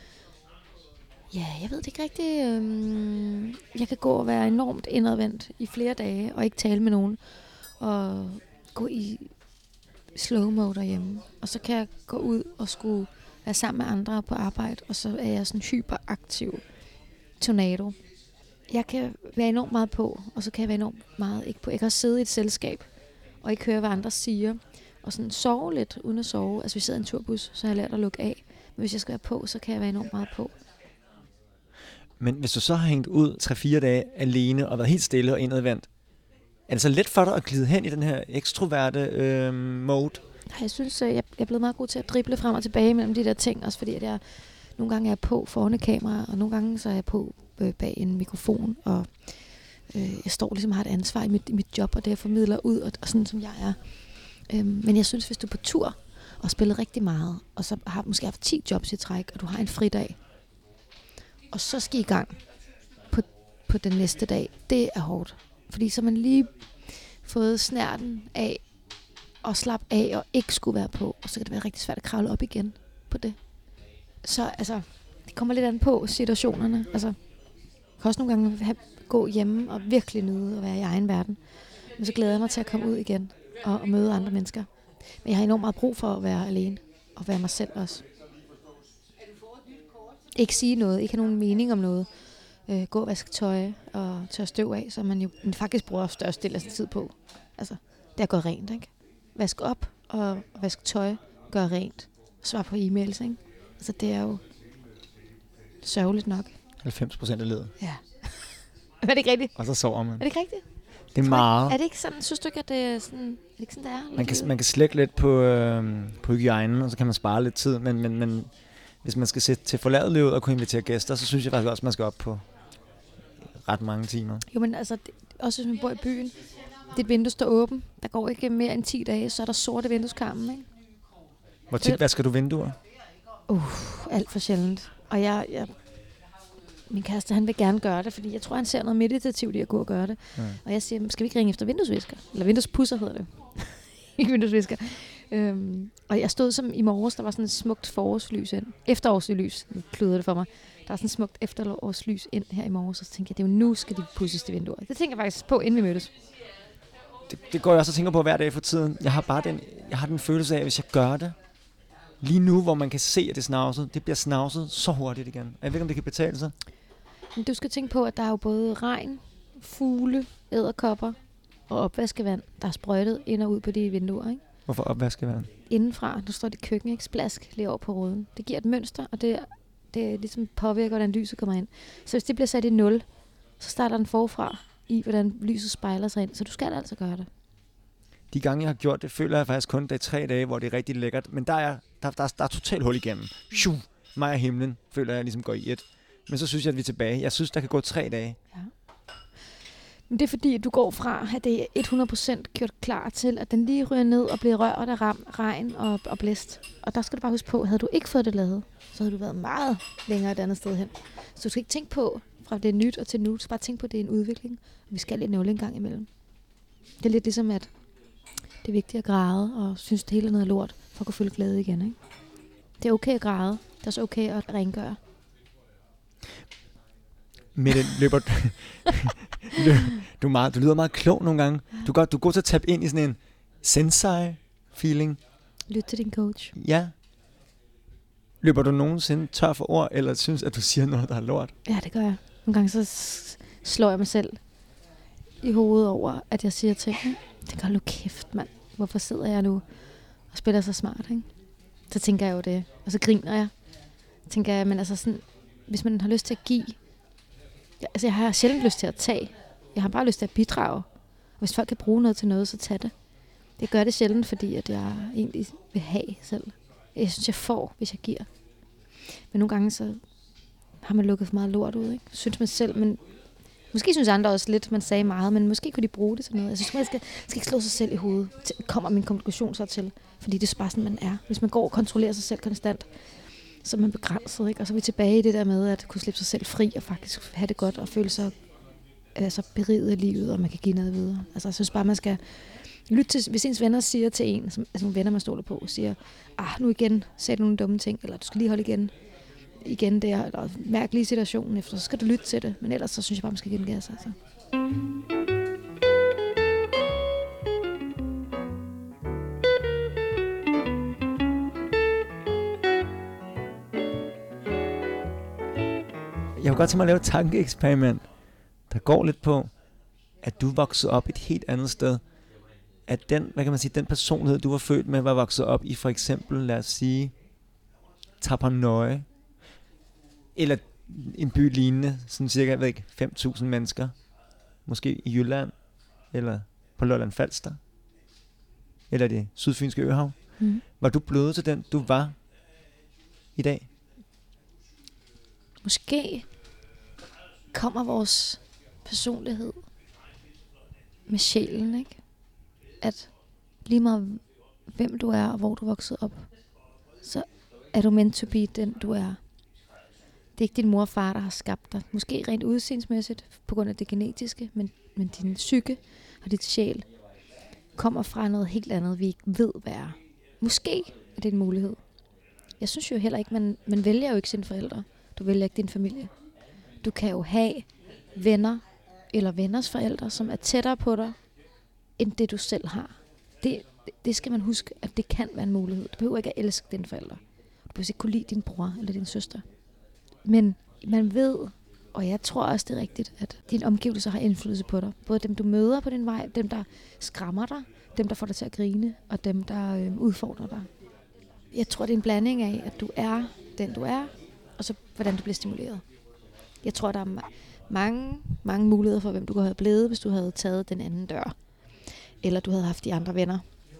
Ja, jeg ved det ikke rigtigt. Øhm, jeg kan gå og være enormt indadvendt i flere dage, og ikke tale med nogen, og gå i slow-mo derhjemme. Og så kan jeg gå ud og skulle være sammen med andre på arbejde, og så er jeg sådan hyperaktiv tornado. Jeg kan være enormt meget på, og så kan jeg være enormt meget ikke på. Jeg kan også sidde i et selskab, og ikke høre, hvad andre siger, og sådan sove lidt, uden at sove. Altså, vi sidder i en turbus, så har jeg lært at lukke af. Men hvis jeg skal være på, så kan jeg være enormt meget på. Men hvis du så har hængt ud tre fire dage alene, og været helt stille og indadvendt, er det så let for dig at glide hen i den her ekstroverte øh, mode? Jeg synes, jeg er blevet meget god til at drible frem og tilbage mellem de der ting, også fordi at jeg nogle gange er på foran et kamera, og nogle gange så er jeg på øh, bag en mikrofon, og øh, jeg står ligesom og har et ansvar i mit, i mit job, og det jeg formidler ud, og, og sådan som jeg er. Øhm, men jeg synes, hvis du er på tur og spiller rigtig meget, og så har måske haft ti jobs i træk, og du har en fridag, og så skal I gang på, på den næste dag, det er hårdt. Fordi så har man lige fået snærten af at slappe af og ikke skulle være på, og så kan det være rigtig svært at kravle op igen på det. Så altså, det kommer lidt an på situationerne. Altså, jeg kan også nogle gange have, gå hjemme og virkelig nyde at være i egen verden. Men så glæder jeg mig til at komme ud igen og, og møde andre mennesker. Men jeg har enormt meget brug for at være alene og være mig selv også. Ikke sige noget, ikke have nogen mening om noget. Øh, gå og vaske tøj og tørre støv af, så man jo man faktisk bruger størst del af sin tid på. Altså, det er at gå rent, ikke? Vask op og vask tøj, gør rent, svar på e-mails, ikke? Altså, det er jo sørgeligt nok. halvfems procent af livet. Ja. Er det ikke rigtigt? Og så sover man. Er det ikke rigtigt? Det er meget. Er det ikke sådan, synes du ikke, at det er sådan, er det ikke sådan, det er? Man kan, man kan slække lidt på, øh, på hygiejnen, og så kan man spare lidt tid, men, men, men hvis man skal sætte til forladet livet og kunne invitere gæster, så synes jeg faktisk også, at man skal op på ret mange timer. Jo, men altså, det, også hvis man bor i byen, dit vindue står åben, der går ikke mere end ti dage, så er der sorte vindueskarmen, ikke? Hvor tit vasker du vinduer? Uh, alt for sjældent. Og jeg, jeg, min kæreste, han vil gerne gøre det, fordi jeg tror, han ser noget meditativt i at gå og gøre det. Ja. Og jeg siger, skal vi ikke ringe efter vinduesvisker? Eller vinduespusser hedder det. Ikke vinduesvisker. Øhm, og jeg stod som i morges, der var sådan et smukt forårslys ind. Efterårslys, nu kludrede det for mig. Der var sådan et smukt efterårslys ind her i morges, og så tænkte jeg, det er jo nu, skal de pusses de vinduer. Det tænker jeg faktisk på, inden vi mødtes. Det, det går jeg også og tænker på hver dag for tiden. Jeg har bare den, jeg har den følelse af, at hvis jeg gør det, lige nu, hvor man kan se, at det er snavset, det bliver snavset så hurtigt igen. Og jeg ved ikke, om det kan betale sig. Men du skal tænke på, at der er jo både regn, fugle, edderkopper og opvaskevand, der er sprøjtet ind og ud på de vinduer, ikke? Hvorfor opvaskevand? Indenfra, nu står det køkken, ikke? Splask lige over på ruden. Det giver et mønster, og det, det ligesom påvirker, hvordan lyset kommer ind. Så hvis det bliver sat i nul, så starter den forfra i, hvordan lyset spejler sig ind. Så du skal altså gøre det. De gange, jeg har gjort det, føler jeg faktisk kun, det er tre dage, hvor det er rigtig lækkert. Men der er, der, der, der er totalt hul igennem. Shoo! Mig og himlen, føler jeg ligesom går i et. Men så synes jeg, at vi er tilbage. Jeg synes, der kan gå tre dage. Ja. Men det er fordi, at du går fra, at det er hundrede procent gjort klar til, at den lige ryger ned og bliver rørt af ram, regn og, og blæst. Og der skal du bare huske på, havde du ikke fået det lavet, så havde du været meget længere et andet sted hen. Så du skal ikke tænke på, fra det er nyt og til nu, du skal bare tænke på, at det er en udvikling. Vi skal lidt nåle en gang imellem. Det er lidt ligesom, at det er vigtigt at græde, og synes, det hele er noget lort, for at kunne føle glæde igen. Ikke? Det er okay at græde. Det er også okay at rengøre. Mette, løber du, meget, du lyder meget klog nogle gange. Du går, du går til at tabe ind i sådan en sensei-feeling. Lyt til din coach. Ja. Løber du nogensinde tør for ord, eller synes, at du siger noget, der er lort? Ja, det gør jeg. Nogle gange så slår jeg mig selv i hovedet over, at jeg siger ting. Det gør, hold kæft, mand. Hvorfor sidder jeg nu og spiller så smart, ikke? Så tænker jeg jo det. Og så griner jeg. Så tænker jeg, men altså sådan, hvis man har lyst til at give, ja, altså jeg har sjældent lyst til at tage. Jeg har bare lyst til at bidrage. Og hvis folk kan bruge noget til noget, så tag det. Jeg gør det sjældent, fordi at jeg egentlig vil have selv. Jeg synes, jeg får, hvis jeg giver. Men nogle gange, så har man lukket for meget lort ud, ikke? Synes man selv, men måske synes andre også lidt, man sagde meget, men måske kunne de bruge det til noget. Jeg synes, man skal, skal ikke slå sig selv i hovedet. Kommer min konklusion så til? Fordi det er bare sådan, man er. Hvis man går og kontrollerer sig selv konstant, så er man begrænset, ikke? Og så er vi tilbage i det der med, at kunne slippe sig selv fri, og faktisk have det godt, og føle sig altså, beriget af livet, og man kan give noget videre. Altså, jeg synes bare, man skal lytte til, hvis ens venner siger til en, som, altså nogle venner, man stoler på, siger, ah, nu igen, sagde du nogle dumme ting, eller du skal lige holde igen, igen der, eller mærke lige situationen efter, så skal du lytte til det. Men ellers, så synes jeg bare, man skal gengive sig. Altså. Jeg kunne godt tænke mig at lave et tankeeksperiment, der går lidt på, at du voksede op et helt andet sted. At den, hvad kan man sige, den personlighed, du var født med, var vokset op i for eksempel, lad os sige, Tappernøje, eller en by lignende, sådan cirka, jeg ved ikke, fem tusind mennesker, måske i Jylland, eller på Lolland Falster, eller det sydfynske øhav. Mm. Var du blevet til den, du var i dag? Måske kommer vores personlighed med sjælen, ikke? At lige meget hvem du er og hvor du voksede op, så er du meant to be den du er. Det er ikke din mor og far, der har skabt dig. Måske rent udseendsmæssigt på grund af det genetiske, men, men din psyke og dit sjæl kommer fra noget helt andet, vi ikke ved hvad er. Måske er det en mulighed. Jeg synes jo heller ikke, man, man vælger jo ikke sine forældre. Du vælger ikke din familie. Du kan jo have venner eller venners forældre, som er tættere på dig, end det du selv har. Det, det skal man huske, at det kan være en mulighed. Du behøver ikke at elske dine forældre. Du behøver ikke kunne lide din bror eller din søster. Men man ved, og jeg tror også, det er rigtigt, at dine omgivelser har indflydelse på dig. Både dem, du møder på din vej, dem, der skræmmer dig, dem, der får dig til at grine, og dem, der øh, udfordrer dig. Jeg tror, det er en blanding af, at du er den, du er, og så hvordan du bliver stimuleret. Jeg tror, der er ma- mange, mange muligheder for, hvem du kunne have blevet, hvis du havde taget den anden dør. Eller du havde haft de andre venner.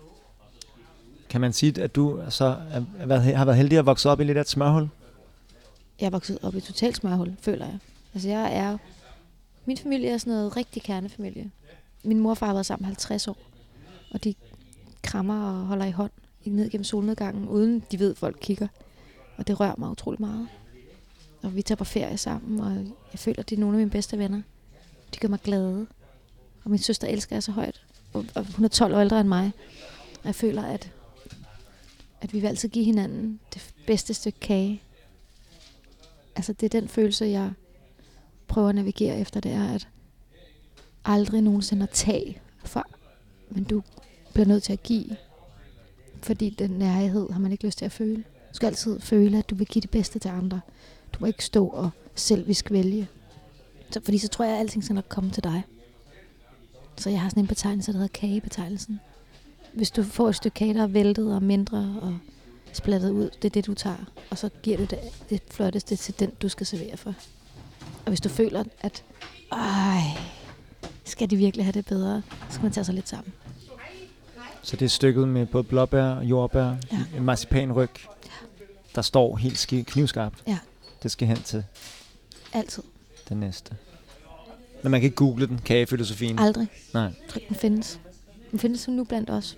Kan man sige, at du så har været heldig at vokse op i lidt af et smørhul? Jeg er vokset op i et totalt smørhul, føler jeg. Altså jeg er... Min familie er sådan noget rigtig kernefamilie. Min mor og far har været sammen halvtreds år. Og de krammer og holder i hånd ned gennem solnedgangen, uden de ved, at folk kigger. Og det rører mig utrolig meget. Og vi tager på ferie sammen, og jeg føler, at det er nogle af mine bedste venner. De gør mig glade. Og min søster elsker jeg så højt. Og hun er tolv år ældre end mig. Og jeg føler, at, at vi vil altid give hinanden det bedste stykke kage. Altså det er den følelse, jeg prøver at navigere efter, det er, at aldrig nogensinde at tage for, men du bliver nødt til at give. Fordi den nærhed har man ikke lyst til at føle. Du skal altid føle, at du vil give det bedste til andre. Du må ikke stå og selvisk vælge. Så, fordi så tror jeg, at alting skal nok komme til dig. Så jeg har sådan en betegnelse, der hedder kagebetegnelsen. Hvis du får et stykke kage, der er væltet og mindre og splattet ud, det er det, du tager. Og så giver du det, det flotteste til den, du skal servere for. Og hvis du føler, at ej, skal de virkelig have det bedre, så skal man tage sig lidt sammen. Så det er stykket med både blåbær, jordbær, ja. en marcipanryg, ja. der står helt sk- knivskarpt. Ja. Det skal hen til. Altid. Den næste. Men man kan ikke google den, kagefilosofien. Aldrig. Nej. Jeg tror ikke, den findes. Den findes nu blandt os.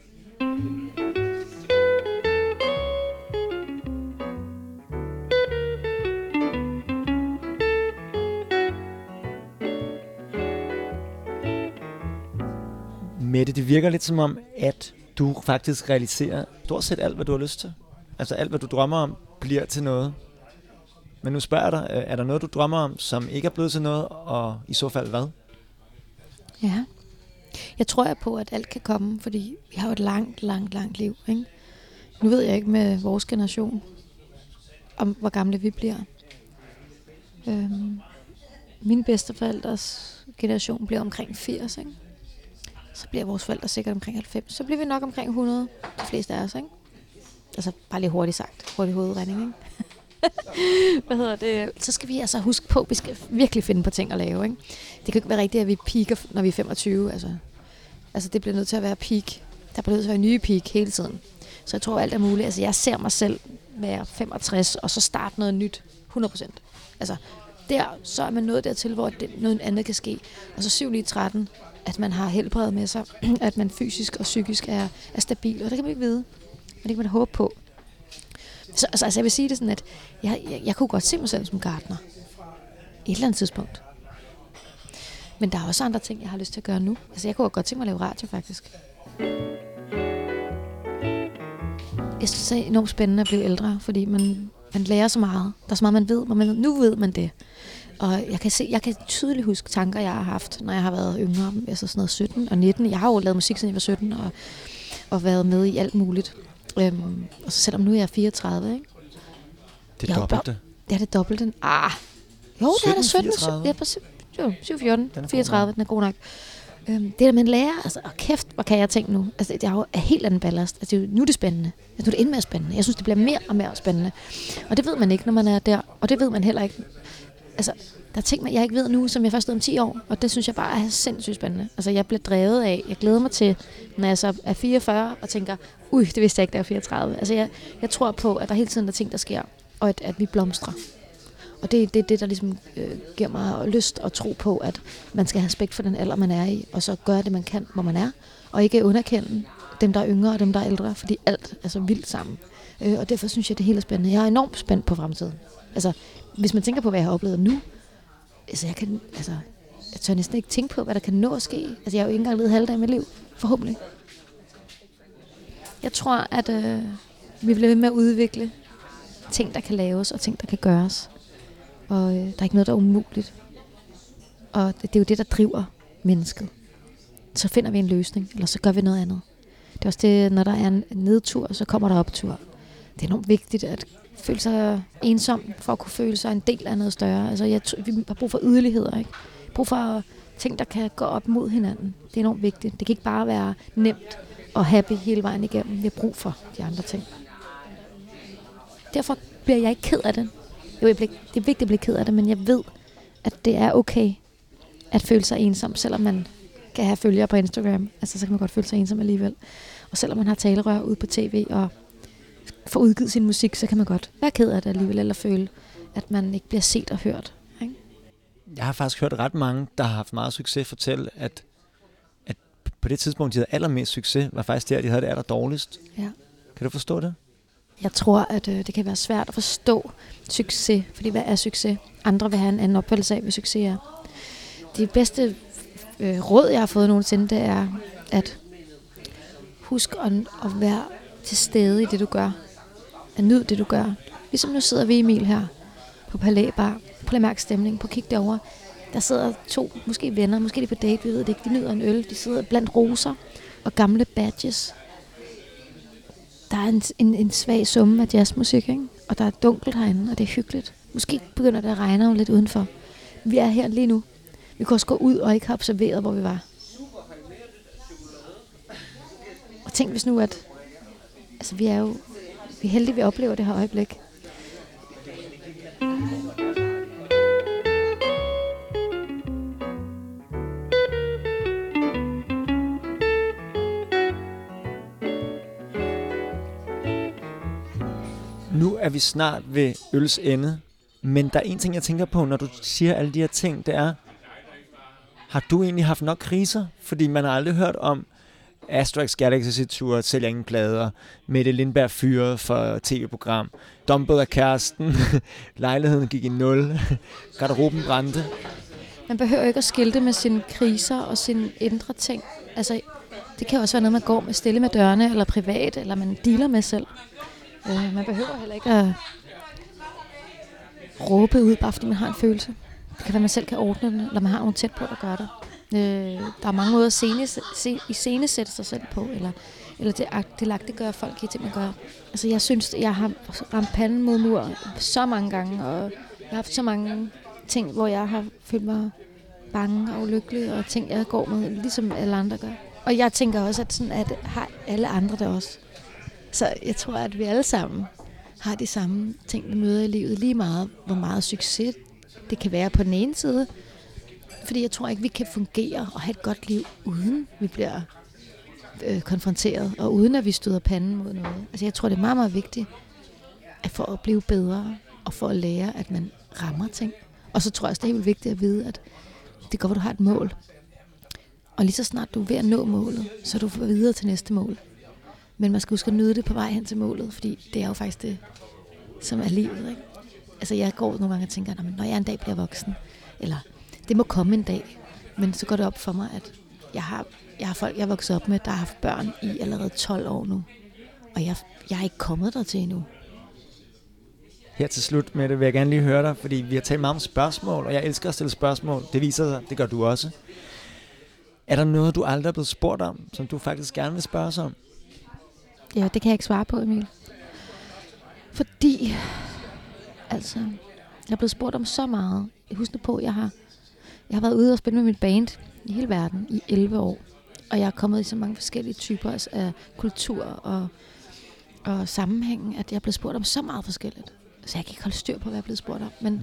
Mette, det virker lidt som om, at du faktisk realiserer stort set alt, hvad du har lyst til. Altså alt, hvad du drømmer om, bliver til noget. Men nu spørger jeg dig, er der noget, du drømmer om, som ikke er blevet til noget, og i så fald hvad? Ja. Jeg tror jeg på, at alt kan komme, fordi vi har jo et langt, langt, langt liv. Ikke? Nu ved jeg ikke med vores generation, om hvor gamle vi bliver. Øhm, mine bedsteforældres generation bliver omkring firs, ikke? Så bliver vores forældre sikkert omkring halvfems. Så bliver vi nok omkring hundrede, de fleste af os, ikke? Altså bare lige hurtigt sagt, hurtig hovedregning, ikke? Hvad hedder det? Så skal vi altså huske på, at vi skal virkelig finde på ting at lave, ikke? Det kan ikke være rigtigt, at vi peaker, når vi er femogtyve, altså. Altså det bliver nødt til at være peak. Der bliver nødt til at være nye peak hele tiden. Så jeg tror, alt er muligt. Altså jeg ser mig selv være femogtres, og så starte noget nyt, hundrede procent. Altså der, så er man nået dertil, hvor det, noget andet kan ske. Og så syv ni tretten, at man har helbred med sig, at man fysisk og psykisk er, er stabil, og det kan man ikke vide. Men det kan man håbe på. Så altså, altså jeg vil sige det sådan, at jeg, jeg, jeg kunne godt se mig selv som gartner. I et eller andet tidspunkt. Men der er også andre ting, jeg har lyst til at gøre nu. Altså jeg kunne godt tænke mig at lave radio, faktisk. Jeg synes, det er enormt spændende at blive ældre, fordi man, man lærer så meget. Der er så meget, man ved, og man, nu ved man det. Og jeg kan se, jeg kan tydeligt huske tanker, jeg har haft, når jeg har været yngre, altså sådan noget sytten og nitten. Jeg har jo lavet musik, siden jeg var sytten, og, og været med i alt muligt. Øhm, og så selvom nu er jeg fireogtredive, ikke? Det er dobbelte. Ja, det er dobbelte. Ah, jo, det er da sytten. fireogtredive. Ja, præcis. Jo, syv fjorten, fireogtredive, den er god nok. Øhm, det der, man lærer, altså, og kæft, hvor kan jeg tænke nu? Altså, det er jo af helt anden ballast. Altså, det er jo, nu er det spændende. Altså, nu er det endnu mere spændende. Jeg synes, det bliver mere og mere spændende. Og det ved man ikke, når man er der. Og det ved man heller ikke. Altså, der er ting, jeg ikke ved nu, som jeg først ved om ti år. Og det synes jeg bare er sindssygt spændende. Altså, jeg bliver drevet af. Jeg glæder mig til, når jeg så er fireogfyrre og tænker, ui, det vidste jeg ikke, da jeg er fireogtredive. Altså, jeg, jeg tror på, at der hele tiden er ting, der sker. Og at, at vi blomstrer. Og det er det, det, der ligesom øh, giver mig lyst og tro på, at man skal have respekt for den alder, man er i, og så gøre det, man kan, hvor man er, og ikke underkende dem, der er yngre og dem, der er ældre, fordi alt er så vildt sammen. Øh, og derfor synes jeg, det er helt spændende. Jeg er enormt spændt på fremtiden. Altså, hvis man tænker på, hvad jeg har oplevet nu, altså, jeg kan, altså, jeg tør næsten ikke tænke på, hvad der kan nå at ske. Altså, jeg har jo ikke engang levet halvdelen af mit liv, forhåbentlig. Jeg tror, at øh, vi bliver ved med at udvikle ting, der kan laves, og ting, der kan gøres. Og øh, der er ikke noget, der er umuligt. Og det, det er jo det, der driver mennesket. Så finder vi en løsning, eller så gør vi noget andet. Det er også det, når der er en nedtur, så kommer der optur. Det er enormt vigtigt at føle sig ensom, for at kunne føle sig en del af noget større. Altså, jeg tror, vi har brug for yderligheder, ikke? Brug for ting, der kan gå op mod hinanden. Det er enormt vigtigt. Det kan ikke bare være nemt og happy hele vejen igennem. Vi har brug for de andre ting. Derfor bliver jeg ikke ked af det. Jo, jeg bliver, det er vigtigt at blive ked af det, men jeg ved, at det er okay at føle sig ensom, selvom man kan have følgere på Instagram. Altså, så kan man godt føle sig ensom alligevel. Og selvom man har talerør ude på tv og får udgivet sin musik, så kan man godt være ked af det alligevel, eller føle, at man ikke bliver set og hørt. Ikke? Jeg har faktisk hørt ret mange, der har haft meget succes, fortælle, at, at på det tidspunkt, de havde allermest succes, var faktisk der, de havde det aller dårligst. Ja. Kan du forstå det? Jeg tror, at øh, det kan være svært at forstå succes, fordi hvad er succes? Andre vil have en anden opfattelse af, hvad succes er. De bedste øh, råd, jeg har fået nogensinde, det er at husk at, at være til stede i det, du gør. At nyde det, du gør. Ligesom nu sidder vi, Emil, her på Palæ Bar. Prøv at mærke stemningen. Prøv at kigge derovre. Der sidder to, måske venner, måske de er på date, vi ved det ikke. De nyder en øl. De sidder blandt roser og gamle badges. Der er en, en, en svag summe af jazzmusik, ikke? Og der er dunkelt herinde, og det er hyggeligt. Måske begynder det at regne jo lidt udenfor. Vi er her lige nu. Vi kan også gå ud og ikke have observeret, hvor vi var. Og tænk hvis nu, at altså, vi er jo vi er heldige, at vi oplever det her øjeblik. Nu er vi snart ved øls ende, men der er en ting, jeg tænker på, når du siger alle de her ting, det er, har du egentlig haft nok kriser? Fordi man har aldrig hørt om Asterix Galaxy-tur, sælger ingen plader, Mette Lindberg fyret for tv-program, dumpet af kæresten, lejligheden gik i nul, garderoben brændte. Man behøver ikke at skilte med sine kriser og sine indre ting. Altså, det kan også være noget, man går med stille med dørene, eller privat, eller man dealer med selv. Uh, man behøver heller ikke at råbe ud, bare fordi man har en følelse. Det kan være, man selv kan ordne den, eller man har nogen tæt på, der gør det. Øh, der er mange måder at scene, se, iscenesætte sig selv på, eller, eller det, det gøre folk i det, man gør. Altså, jeg synes, jeg har ramt panden mod mur så mange gange, og jeg har haft så mange ting, hvor jeg har følt mig bange og ulykkelig, og ting, jeg går med, ligesom alle andre gør. Og jeg tænker også, at sådan at har alle andre det også. Så jeg tror, at vi alle sammen har de samme ting, vi møder i livet, lige meget, hvor meget succes det kan være på den ene side. Fordi jeg tror ikke, vi kan fungere og have et godt liv, uden vi bliver øh, konfronteret, og uden at vi støder panden mod noget. Altså jeg tror, det er meget, meget vigtigt, at for at blive bedre, og for at lære, at man rammer ting. Og så tror jeg også, det er helt vigtigt at vide, at det går, hvor du har et mål. Og lige så snart du er ved at nå målet, så er du videre til næste mål. Men man skal huske at nyde det på vej hen til målet, fordi det er jo faktisk det, som er livet, ikke? Altså jeg går nogle gange og tænker, når jeg en dag bliver voksen, eller det må komme en dag, men så går det op for mig, at jeg har, jeg har folk, jeg er vokset op med, der har haft børn i allerede tolv år nu, og jeg, jeg er ikke kommet der til endnu. Her til slut med det vil jeg gerne lige høre dig, fordi vi har talt meget om spørgsmål, og jeg elsker at stille spørgsmål. Det viser sig, det gør du også. Er der noget, du aldrig er blevet spurgt om, som du faktisk gerne vil spørge sig om? Ja, det kan jeg ikke svare på, Emil. Fordi, altså, jeg er blevet spurgt om så meget. Jeg husker på, jeg har, jeg har været ude og spille med mit band i hele verden i elleve år. Og jeg er kommet i så mange forskellige typer af kultur og, og sammenhæng, at jeg er blevet spurgt om så meget forskelligt. Så jeg kan ikke holde styr på, hvad jeg er blevet spurgt om. Men, mm.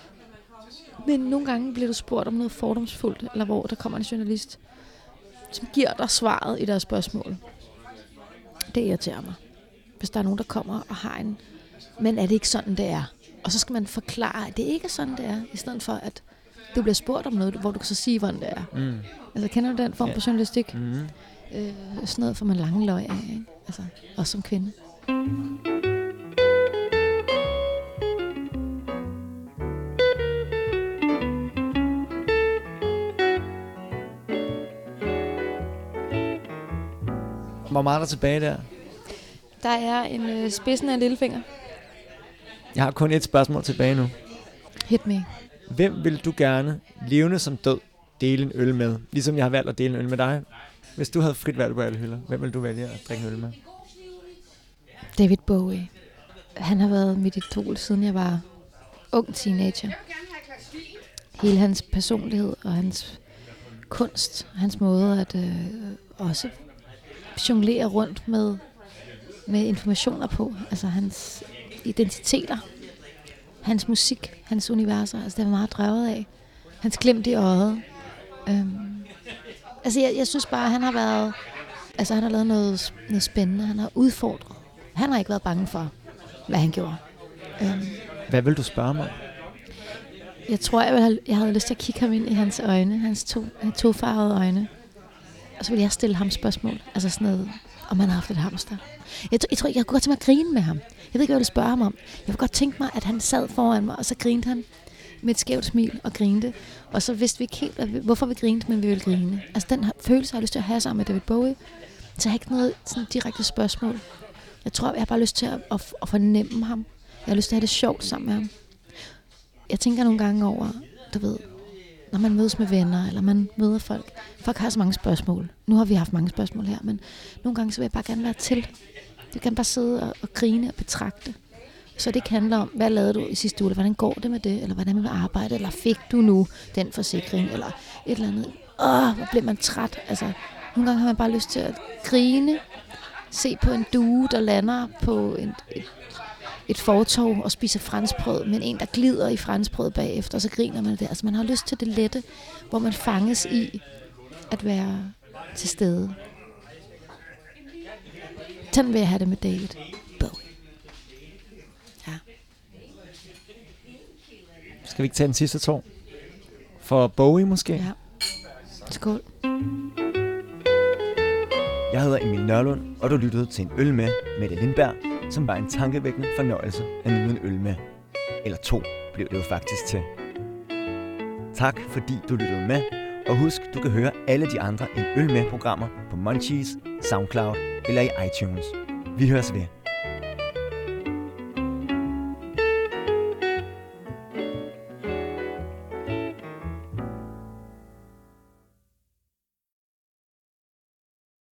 men nogle gange bliver du spurgt om noget fordomsfuldt, eller hvor der kommer en journalist, som giver dig svaret i deres spørgsmål. Det irriterer mig. Hvis der er nogen, der kommer og har en, men er det ikke sådan, det er? Og så skal man forklare, at det ikke er sådan, det er, i stedet for, at du bliver spurgt om noget, hvor du kan så sige, hvordan det er. Mm. Altså, kender du den form for journalistik? Mm. Øh, sådan noget får man lange løg af, ikke? Altså, også som kvinde. Hvor meget er der tilbage der? Der er en øh, spidsen af en lillefinger. Jeg har kun et spørgsmål tilbage nu. Hit me. Hvem vil du gerne, levende som død, dele en øl med? Ligesom jeg har valgt at dele en øl med dig. Hvis du havde frit valg på alle hylder, hvem vil du vælge at drikke en øl med? David Bowie. Han har været mit idol, siden jeg var ung teenager. Hele hans personlighed og hans kunst, hans måde at øh, også jonglere rundt med, med informationer på. Altså hans identiteter, hans musik, hans universer. Altså det er meget drevet af. Hans glimt i øjet. Øhm, altså jeg, jeg synes bare, at han har været... Altså han har lavet noget, noget spændende. Han har udfordret. Han har ikke været bange for, hvad han gjorde. Øhm, hvad vil du spørge mig? Jeg tror, jeg, have, jeg havde lyst til at kigge ham ind i hans øjne. Hans to, tofarvede øjne. Og så ville jeg stille ham spørgsmål. Altså sådan noget, om han har haft et hamster. Jeg, jeg tror ikke, jeg kunne godt tænke mig at grine med ham. Jeg ved ikke, hvad jeg ville spørge ham om. Jeg kunne godt tænke mig, at han sad foran mig, og så grinte han med et skævt smil og grinte. Og så vidste vi ikke helt, hvorfor vi grinte, men vi ville grine. Altså den her følelse, jeg har lyst til at have sammen med David Bowie. Så jeg har ikke noget sådan direkte spørgsmål. Jeg tror, jeg har bare lyst til at, at, at fornemme ham. Jeg har lyst til at have det sjovt sammen med ham. Jeg tænker nogle gange over, du ved, når man mødes med venner, eller man møder folk. Folk har så mange spørgsmål. Nu har vi haft mange spørgsmål her, men nogle gange så vil jeg bare gerne være til. Jeg vil gerne bare sidde og, og grine og betragte. Så det ikke handler om, hvad lavede du i sidste uge, eller hvordan går det med det, eller hvordan med arbejde, eller fik du nu den forsikring, eller et eller andet. Åh, hvor bliver man træt. Altså, nogle gange har man bare lyst til at grine, se på en due, der lander på en, et, et fortov og spiser franskbrød, men en, der glider i franskbrød bagefter, og så griner man det. Altså, man har lyst til det lette, hvor man fanges i at være til stede. Sådan vil jeg have det med David Bowie. Ja. Skal vi ikke tage den sidste tår? For Bowie måske? Ja. Skål. Jeg hedder Emil Nørlund, og du lyttede til en øl med Mette Lindberg, som var en tankevækkende fornøjelse at nyde en øl med. Eller to blev det jo faktisk til. Tak fordi du lyttede med, og husk, du kan høre alle de andre En Øl Med programmer på Munchies, SoundCloud eller i iTunes. Vi høres ved.